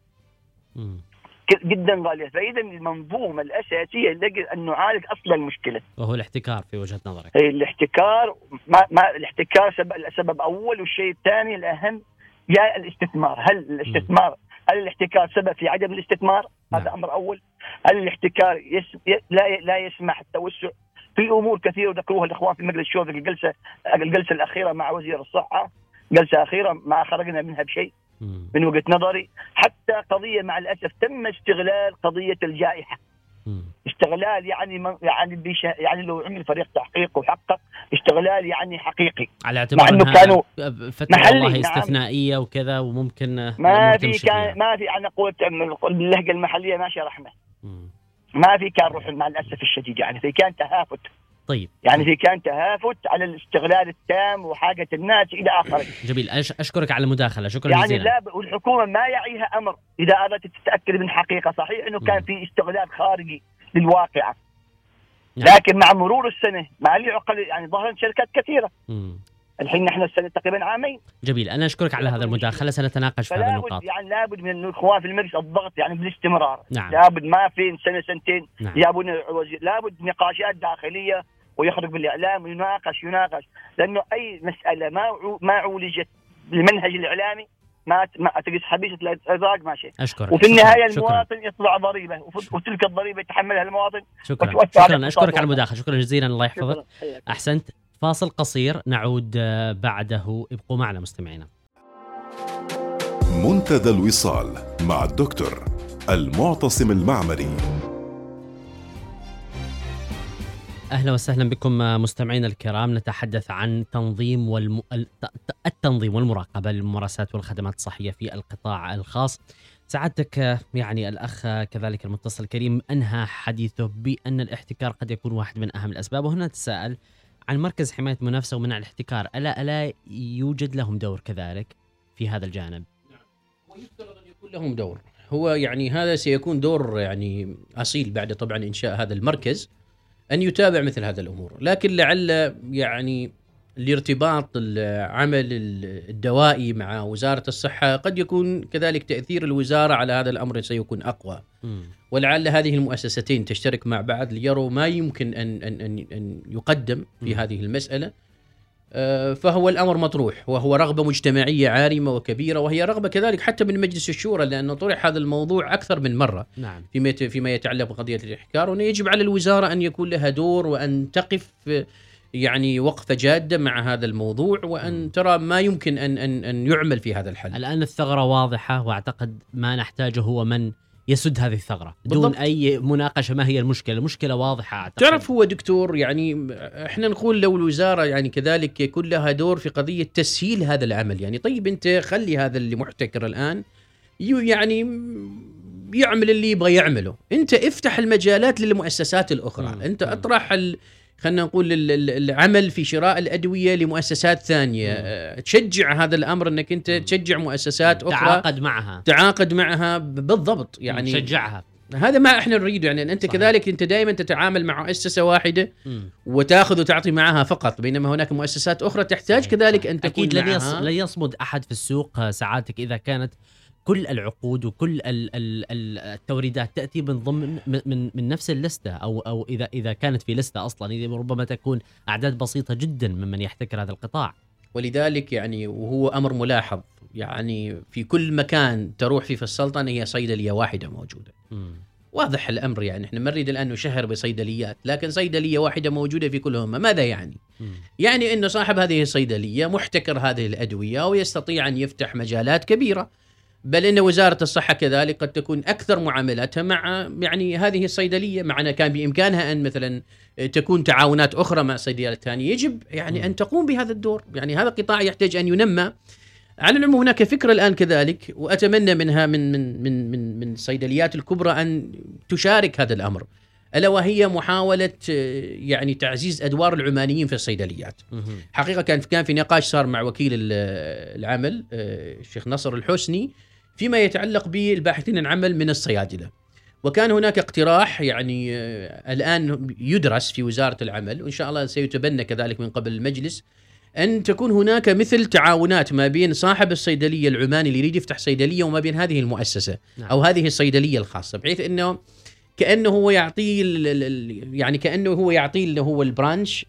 مم. جدا غالية. فإذا المنظومة الأساسية يجب أن نعالج أصل المشكلة، وهو الاحتكار في وجهة نظرك. الاحتكار ما, ما الاحتكار سبب, سبب أول، والشيء الثاني الأهم جاء الاستثمار. هل الاستثمار هل الاحتكار سبب في عدم الاستثمار؟ نعم. هذا أمر أول. هل الاحتكار يس... لا لا يسمح التوسع في أمور كثيرة ذكروها الإخوان في مجلس الشورى في الجلسة الجلسة الأخيرة مع وزير الصحة، جلسة أخيرة ما خرجنا منها بشيء مم. من وجهة نظري. حتى قضية مع الأسف تم استغلال قضية الجائحة، مم. استغلال يعني من يعني بيش يعني لو عمل فريق تحقيق وحقق استغلال يعني حقيقي، على اعتبار انه كانوا فترة والله استثنائية. نعم. وكذا وممكن ما في كان ما في أنا قلت باللهجة المحلية ما شرحنا، مم. ما في كان روح مع الأسف الشديد، يعني في كان تهافت طيب يعني في كان تهافت على الاستغلال التام وحاجة الناس إلى آخره. جميل، أش أشكرك على المداخلة، شكرا يعني جزيلا. لا، والحكومة ما يعيها أمر إذا أردت تتأكد من حقيقة صحيح أنه كان في استغلال خارجي للواقعة. نعم. لكن مع مرور السنة مع اللي عقل يعني ظهرت شركات كثيرة. مم. الحين نحن السنة تقريبا عامين. جميل، أنا أشكرك على هذا المداخلة، سنتناقش في هذا النقاط. يعني لابد من الإخوان في المجلس الضغط يعني بالاستمرار. نعم. لابد ما في سنة سنتين نعم. يابون الوزير، لابد نقاشات داخلية ويخرج بالإعلام ويناقش يناقش لأنه أي مسألة ما ما عولجت المنهج الإعلامي ما ما تقيس حبيشة الإرزاق ما شيء. أشكرك. وفي النهاية شكرا. المواطن يطلع ضريبة وتلك الضريبة يتحملها المواطن. شكرا شكرا أشكرك على المداخلة، شكرا جزيلا، الله يحفظك. أحسنت. فاصل قصير نعود بعده، ابقوا معنا مستمعينا. منتدى الوصال مع الدكتور المعتصم المعمري. أهلا وسهلا بكم مستمعينا الكرام. نتحدث عن تنظيم والم... التنظيم والمراقبة للممارسات والخدمات الصحية في القطاع الخاص. سعادتك يعني الأخ كذلك المتصل الكريم أنهى حديثه بأن الاحتكار قد يكون واحد من أهم الأسباب، وهنا تساءل عن مركز حماية المنافسة ومنع الاحتكار، ألا ألا يوجد لهم دور كذلك في هذا الجانب؟ ويفترض أن يكون لهم دور. هو يعني هذا سيكون دور يعني أصيل بعد طبعا إنشاء هذا المركز أن يتابع مثل هذا الأمور، لكن لعل يعني الارتباط العمل الدوائي مع وزارة الصحة قد يكون كذلك تأثير الوزارة على هذا الأمر سيكون أقوى. م. ولعل هذه المؤسستين تشترك مع بعض ليروا ما يمكن أن, أن, أن, أن يقدم في م. هذه المسألة. فهو الأمر مطروح، وهو رغبة مجتمعية عارمة وكبيرة، وهي رغبة كذلك حتى من مجلس الشورى، لأنه طرح هذا الموضوع أكثر من مرة. نعم. فيما فيما يتعلق بقضية الاحتكار، وأن يجب على الوزارة أن يكون لها دور وأن تقف يعني وقفة جادة مع هذا الموضوع، وأن م. ترى ما يمكن أن أن أن يعمل في هذا الحل. الآن الثغرة واضحة، وأعتقد ما نحتاجه هو من يسد هذه الثغرة دون بالضبط. أي مناقشة. ما هي المشكلة؟ المشكلة واضحة أعتقد. تعرف هو دكتور يعني احنا نقول لو الوزارة يعني كذلك يكون لها دور في قضية تسهيل هذا العمل. يعني طيب انت خلي هذا اللي محتكر الآن يعني يعمل اللي يبغى يعمله، انت افتح المجالات للمؤسسات الأخرى. م. انت اطرح ال خلنا نقول العمل في شراء الأدوية لمؤسسات ثانية. م. تشجع هذا الأمر أنك أنت تشجع مؤسسات أخرى، تعاقد معها تعاقد معها بالضبط، يعني تشجعها. هذا ما احنا نريده. يعني أنت صحيح. كذلك أنت دائما تتعامل مع مؤسسة واحدة م. وتأخذ وتعطي معها فقط، بينما هناك مؤسسات أخرى تحتاج صحيح. كذلك أن تكون أكيد معها. لن يصمد أحد في السوق ساعاتك إذا كانت كل العقود وكل التوريدات تأتي من ضمن من من نفس اللستة، أو أو إذا إذا كانت في لستة أصلاً، إذا ربما تكون أعداد بسيطة جداً ممن يحتكر هذا القطاع. ولذلك يعني وهو أمر ملاحظ، يعني في كل مكان تروح فيه في السلطنة هي صيدلية واحدة موجودة. م. واضح الأمر، يعني إحنا ما نريد الآن نشهر بصيدليات، لكن صيدلية واحدة موجودة في كلهم. ماذا يعني؟ م. يعني إنه صاحب هذه الصيدلية محتكر هذه الأدوية ويستطيع أن يفتح مجالات كبيرة، بل إن وزارة الصحة كذلك قد تكون أكثر معاملاتها مع يعني هذه الصيدلية. معنا كان بإمكانها أن مثلا تكون تعاونات أخرى مع صيدليات ثانية. يجب يعني أن تقوم بهذا الدور. يعني هذا القطاع يحتاج أن ينمى. على العموم هناك فكرة الآن كذلك، وأتمنى منها من من من من من الصيدليات الكبرى أن تشارك هذا الأمر، ألا وهي محاولة يعني تعزيز أدوار العمانيين في الصيدليات. حقيقة كان كان في نقاش صار مع وكيل العمل الشيخ نصر الحسني فيما يتعلق بالباحثين عن عمل من الصيادلة، وكان هناك اقتراح يعني الآن يدرس في وزارة العمل، وإن شاء الله سيتبنى كذلك من قبل المجلس، أن تكون هناك مثل تعاونات ما بين صاحب الصيدلية العماني اللي يريد يفتح صيدلية وما بين هذه المؤسسة أو هذه الصيدلية الخاصة، بحيث أنه كأنه هو يعطي يعني كأنه هو يعطي اللي هو البرانش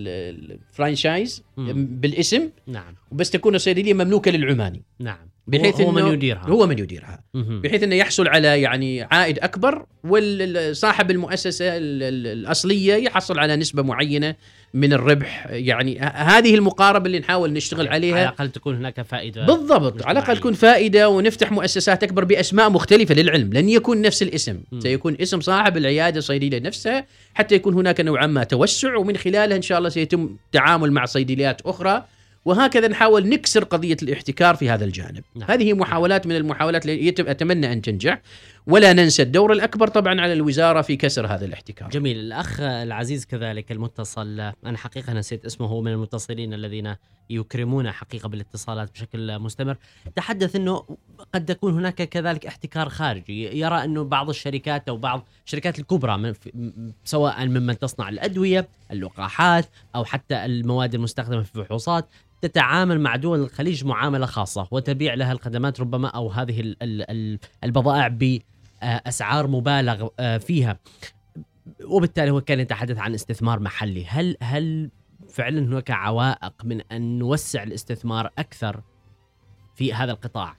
الفرانشايز بالاسم. نعم. وبس تكون الصيدلية مملوكة للعماني. نعم. بحيث هو إنه من يديرها. هو من يديرها. بحيث انه يحصل على يعني عائد اكبر، والصاحب المؤسسة الأصلية يحصل على نسبة معينة من الربح. يعني هذه المقاربة اللي نحاول نشتغل عليها، على الأقل تكون هناك فائدة. بالضبط، على الأقل تكون فائدة، ونفتح مؤسسات أكبر بأسماء مختلفة. للعلم لن يكون نفس الاسم، م. سيكون اسم صاحب العيادة الصيدلية نفسها، حتى يكون هناك نوعا ما توسع، ومن خلالها إن شاء الله سيتم تعامل مع صيدليات أخرى، وهكذا نحاول نكسر قضية الاحتكار في هذا الجانب. نعم. هذه محاولات من المحاولات اللي أتمنى أن تنجح. ولا ننسى الدور الأكبر طبعا على الوزارة في كسر هذا الاحتكار. جميل. الأخ العزيز كذلك المتصل، أنا حقيقة نسيت اسمه، هو من المتصلين الذين يكرمون حقيقة بالاتصالات بشكل مستمر، تحدث أنه قد يكون هناك كذلك احتكار خارجي، يرى أنه بعض الشركات أو بعض الشركات الكبرى من سواء ممن تصنع الأدوية، اللقاحات، أو حتى المواد المستخدمة في الفحوصات تتعامل مع دول الخليج معاملة خاصة وتبيع لها الخدمات ربما أو هذه البضائع بأسعار مبالغ فيها، وبالتالي هو كان يتحدث عن استثمار محلي. هل هل فعلا هناك عوائق من أن نوسع الاستثمار أكثر في هذا القطاع؟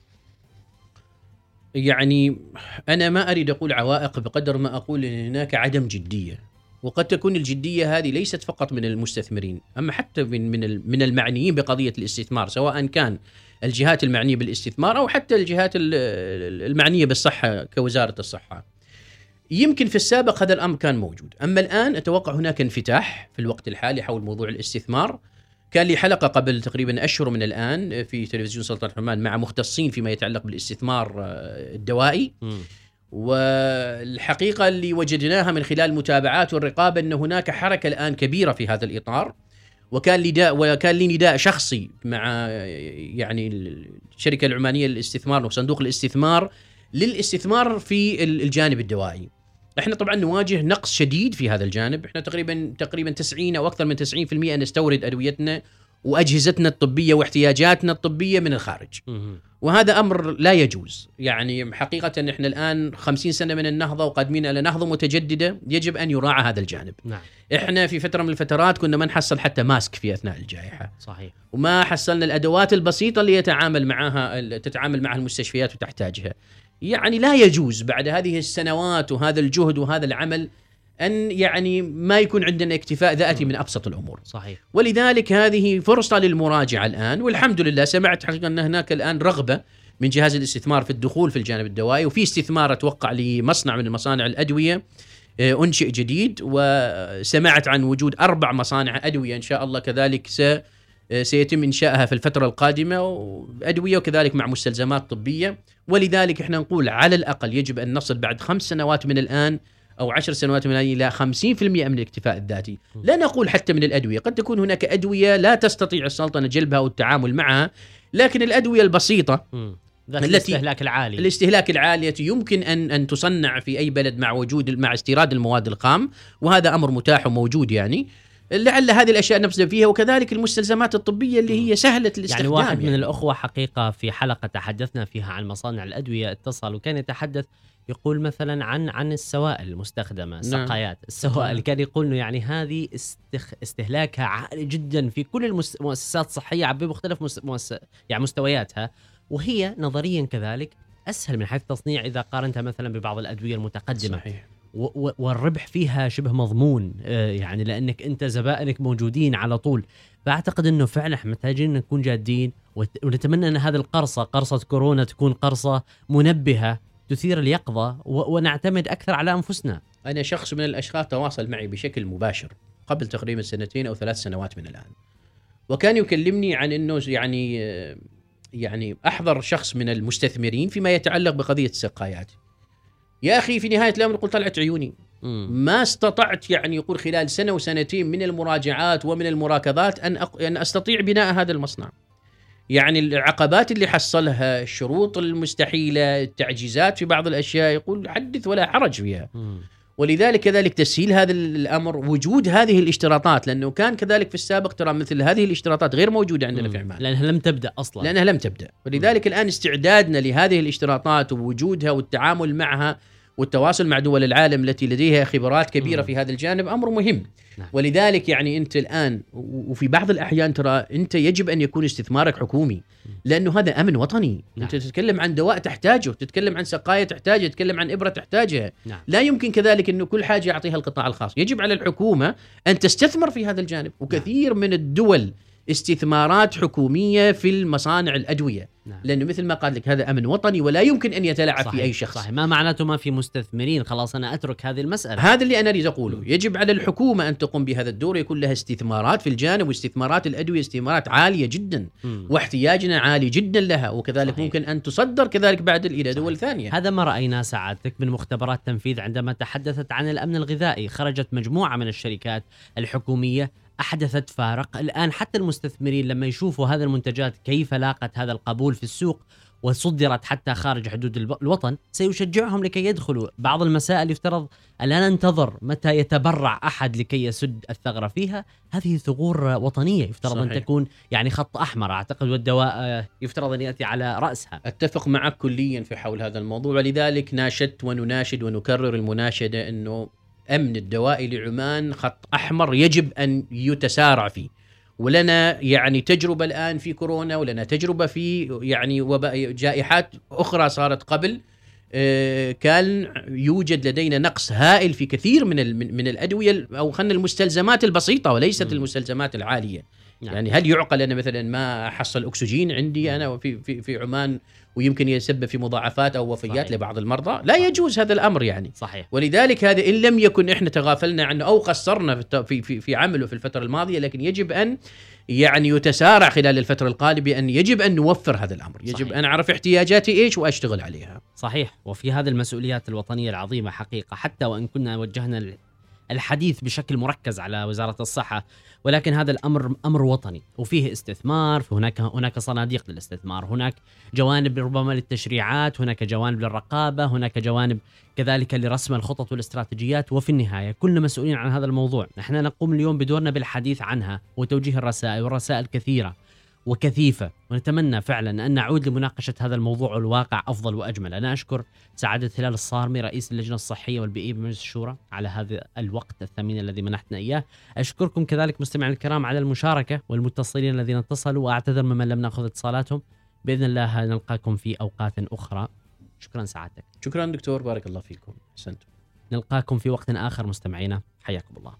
يعني أنا ما أريد أقول عوائق بقدر ما أقول أن هناك عدم جدية، وقد تكون الجدية هذه ليست فقط من المستثمرين، أما حتى من من من المعنيين بقضية الاستثمار، سواء كان الجهات المعنية بالاستثمار أو حتى الجهات المعنية بالصحة كوزارة الصحة. يمكن في السابق هذا الأمر كان موجود، أما الآن أتوقع هناك انفتاح في الوقت الحالي حول موضوع الاستثمار. كان لي حلقة قبل تقريبا أشهر من الآن في تلفزيون سلطنة عمان مع مختصين فيما يتعلق بالاستثمار الدوائي، م. والحقيقة اللي وجدناها من خلال المتابعات والرقابة أن هناك حركة الآن كبيرة في هذا الإطار، وكان لي نداء وكان لي نداء شخصي مع يعني الشركة العمانية للاستثمار وصندوق الاستثمار للاستثمار في الجانب الدوائي. احنا طبعا نواجه نقص شديد في هذا الجانب، احنا تقريبا تقريبا تسعين او اكثر من تسعين بالمئة نستورد ادويتنا واجهزتنا الطبيه واحتياجاتنا الطبيه من الخارج، وهذا امر لا يجوز. يعني حقيقه احنا الان خمسين سنة من النهضه وقادمين الى نهضه متجدده، يجب ان يراعى هذا الجانب. نعم. احنا في فتره من الفترات كنا ما نحصل حتى ماسك في اثناء الجائحه، صحيح، وما حصلنا الادوات البسيطه اللي يتعامل معها تتعامل معها المستشفيات وتحتاجها. يعني لا يجوز بعد هذه السنوات وهذا الجهد وهذا العمل أن يعني ما يكون عندنا اكتفاء ذاتي من أبسط الأمور. صحيح. ولذلك هذه فرصة للمراجعة الآن، والحمد لله سمعت حقيقة أن هناك الآن رغبة من جهاز الاستثمار في الدخول في الجانب الدوائي، وفي استثمار أتوقع لمصنع من المصانع الأدوية أنشئ جديد، وسمعت عن وجود أربع مصانع أدوية إن شاء الله كذلك س سيتم إنشائها في الفترة القادمة، وأدوية وكذلك مع مستلزمات طبية. ولذلك إحنا نقول على الأقل يجب أن نصل بعد خمس سنوات من الآن أو عشر سنوات من الآن إلى خمسين بالمئة من الاكتفاء الذاتي. لا نقول حتى من الأدوية، قد تكون هناك أدوية لا تستطيع السلطنة جلبها والتعامل معها، لكن الأدوية البسيطة التي الاستهلاك العالي الاستهلاك العالية يمكن أن أن تصنع في أي بلد مع وجود مع استيراد المواد الخام، وهذا أمر متاح وموجود. يعني لعل هذه الأشياء نبذل فيها، وكذلك المستلزمات الطبية اللي هي سهلة الاستخدام. يعني واحد يعني. من الأخوة حقيقة في حلقة تحدثنا فيها عن مصانع الأدوية اتصل وكان يتحدث يقول مثلا عن عن السوائل المستخدمة، سقايات السوائل، كان يقول إنه يعني هذه استخ استهلاكها عالي جدا في كل المؤسسات الصحية بمختلف مؤس يعني مستوياتها، وهي نظريا كذلك أسهل من حيث التصنيع إذا قارنتها مثلا ببعض الأدوية المتقدمة. صحيح. والربح فيها شبه مضمون، يعني لأنك أنت زبائنك موجودين على طول. فأعتقد أنه فعلا محتاجين نكون جادين، ونتمنى أن هذه القرصة قرصة كورونا تكون قرصة منبهة تثير اليقظة، ونعتمد أكثر على أنفسنا. أنا شخص من الأشخاص تواصل معي بشكل مباشر قبل تقريبا سنتين أو ثلاث سنوات من الآن، وكان يكلمني عن أنه يعني يعني أحضر شخص من المستثمرين فيما يتعلق بقضية السقايات. يا أخي في نهاية الأمر قلت طلعت عيوني، ما استطعت يعني يقول خلال سنة وسنتين من المراجعات ومن المراكضات أن أق... أن أستطيع بناء هذا المصنع. يعني العقبات اللي حصلها، الشروط المستحيلة، التعجيزات في بعض الأشياء، يقول حدث ولا حرج فيها. ولذلك كذلك تسهيل هذا الأمر وجود هذه الاشتراطات، لأنه كان كذلك في السابق ترى مثل هذه الاشتراطات غير موجودة عندنا في عمان، لأنها لم تبدأ أصلا لأنها لم تبدأ ولذلك الآن استعدادنا لهذه الاشتراطات ووجودها والتعامل معها والتواصل مع دول العالم التي لديها خبرات كبيرة في هذا الجانب أمر مهم. نعم. ولذلك يعني أنت الآن وفي بعض الأحيان ترى أنت يجب أن يكون استثمارك حكومي، لأنه هذا أمن وطني. نعم. أنت تتكلم عن دواء تحتاجه، تتكلم عن سقاية تحتاجها، تتكلم عن إبرة تحتاجها. نعم. لا يمكن كذلك أنه كل حاجة يعطيها القطاع الخاص، يجب على الحكومة أن تستثمر في هذا الجانب. وكثير من الدول استثمارات حكومية في المصانع الأدوية، نعم. لأنه مثل ما قال لك هذا أمن وطني ولا يمكن أن يتلاعب صحيح. في أي شخص. صحيح. ما معناته ما في مستثمرين خلاص أنا أترك هذه المسألة. هذا اللي أنا أريد أقوله. يجب على الحكومة أن تقوم بهذا الدور، يكون لها استثمارات في الجانب، واستثمارات الأدوية استثمارات عالية جدا م. واحتياجنا عالي جدا لها، وكذلك صحيح. ممكن أن تصدر كذلك بعد إلى دول ثانية. هذا ما رأيناه سعادتك من مختبرات تنفيذ عندما تحدثت عن الأمن الغذائي. خرجت مجموعة من الشركات الحكومية أحدثت فارق. الآن حتى المستثمرين لما يشوفوا هذه المنتجات كيف لاقت هذا القبول في السوق وصدرت حتى خارج حدود الوطن سيشجعهم لكي يدخلوا. بعض المسائل يفترض ألا ننتظر متى يتبرع أحد لكي يسد الثغرة فيها. هذه ثغور وطنية يفترض صحيح. أن تكون يعني خط أحمر أعتقد، والدواء يفترض أن يأتي على رأسها. أتفق معك كليا في حول هذا الموضوع، ولذلك ناشدت ونناشد ونكرر المناشدة أنه أمن الدواء لعمان خط أحمر يجب أن يتسارع فيه. ولنا يعني تجربة الآن في كورونا، ولنا تجربة في يعني وباء جائحات أخرى صارت قبل. كان يوجد لدينا نقص هائل في كثير من من الأدوية أو خلنا المستلزمات البسيطة وليست م. المستلزمات العالية. نعم. يعني هل يعقل أنا مثلا ما أحصل أكسجين عندي أنا في في في عمان ويمكن يسبب في مضاعفات أو وفيات صحيح. لبعض المرضى؟ لا صحيح. يجوز هذا الأمر يعني. صحيح. ولذلك هذا إن لم يكن إحنا تغافلنا عنه أو قصرنا في في في عمله في الفترة الماضية، لكن يجب أن يعني يتسارع خلال الفترة القادمة بأن يجب أن نوفر هذا الأمر. يجب صحيح. أن أعرف احتياجاتي إيش وأشتغل عليها. صحيح. وفي هذه المسؤوليات الوطنية العظيمة حقيقة، حتى وإن كنا وجهنا الحديث بشكل مركز على وزارة الصحة، ولكن هذا الأمر أمر وطني وفيه استثمار. هناك هناك صناديق للاستثمار، هناك جوانب ربما للتشريعات، هناك جوانب للرقابة، هناك جوانب كذلك لرسم الخطط والاستراتيجيات. وفي النهاية كلنا مسؤولين عن هذا الموضوع. نحن نقوم اليوم بدورنا بالحديث عنها وتوجيه الرسائل، والرسائل كثيرة وكثيفة، ونتمنى فعلا أن نعود لمناقشة هذا الموضوع الواقع أفضل وأجمل. أنا أشكر سعادة هلال الصارمي رئيس اللجنة الصحية والبيئية بمجلس الشورى على هذا الوقت الثمين الذي منحتنا إياه. أشكركم كذلك مستمعين الكرام على المشاركة والمتصلين الذين اتصلوا، وأعتذر ممن لم نأخذ اتصالاتهم. بإذن الله نلقاكم في أوقات أخرى. شكرا سعادتك. شكرا دكتور، بارك الله فيكم. أحسنتم. نلقاكم في وقت آخر مستمعينا، حياكم الله.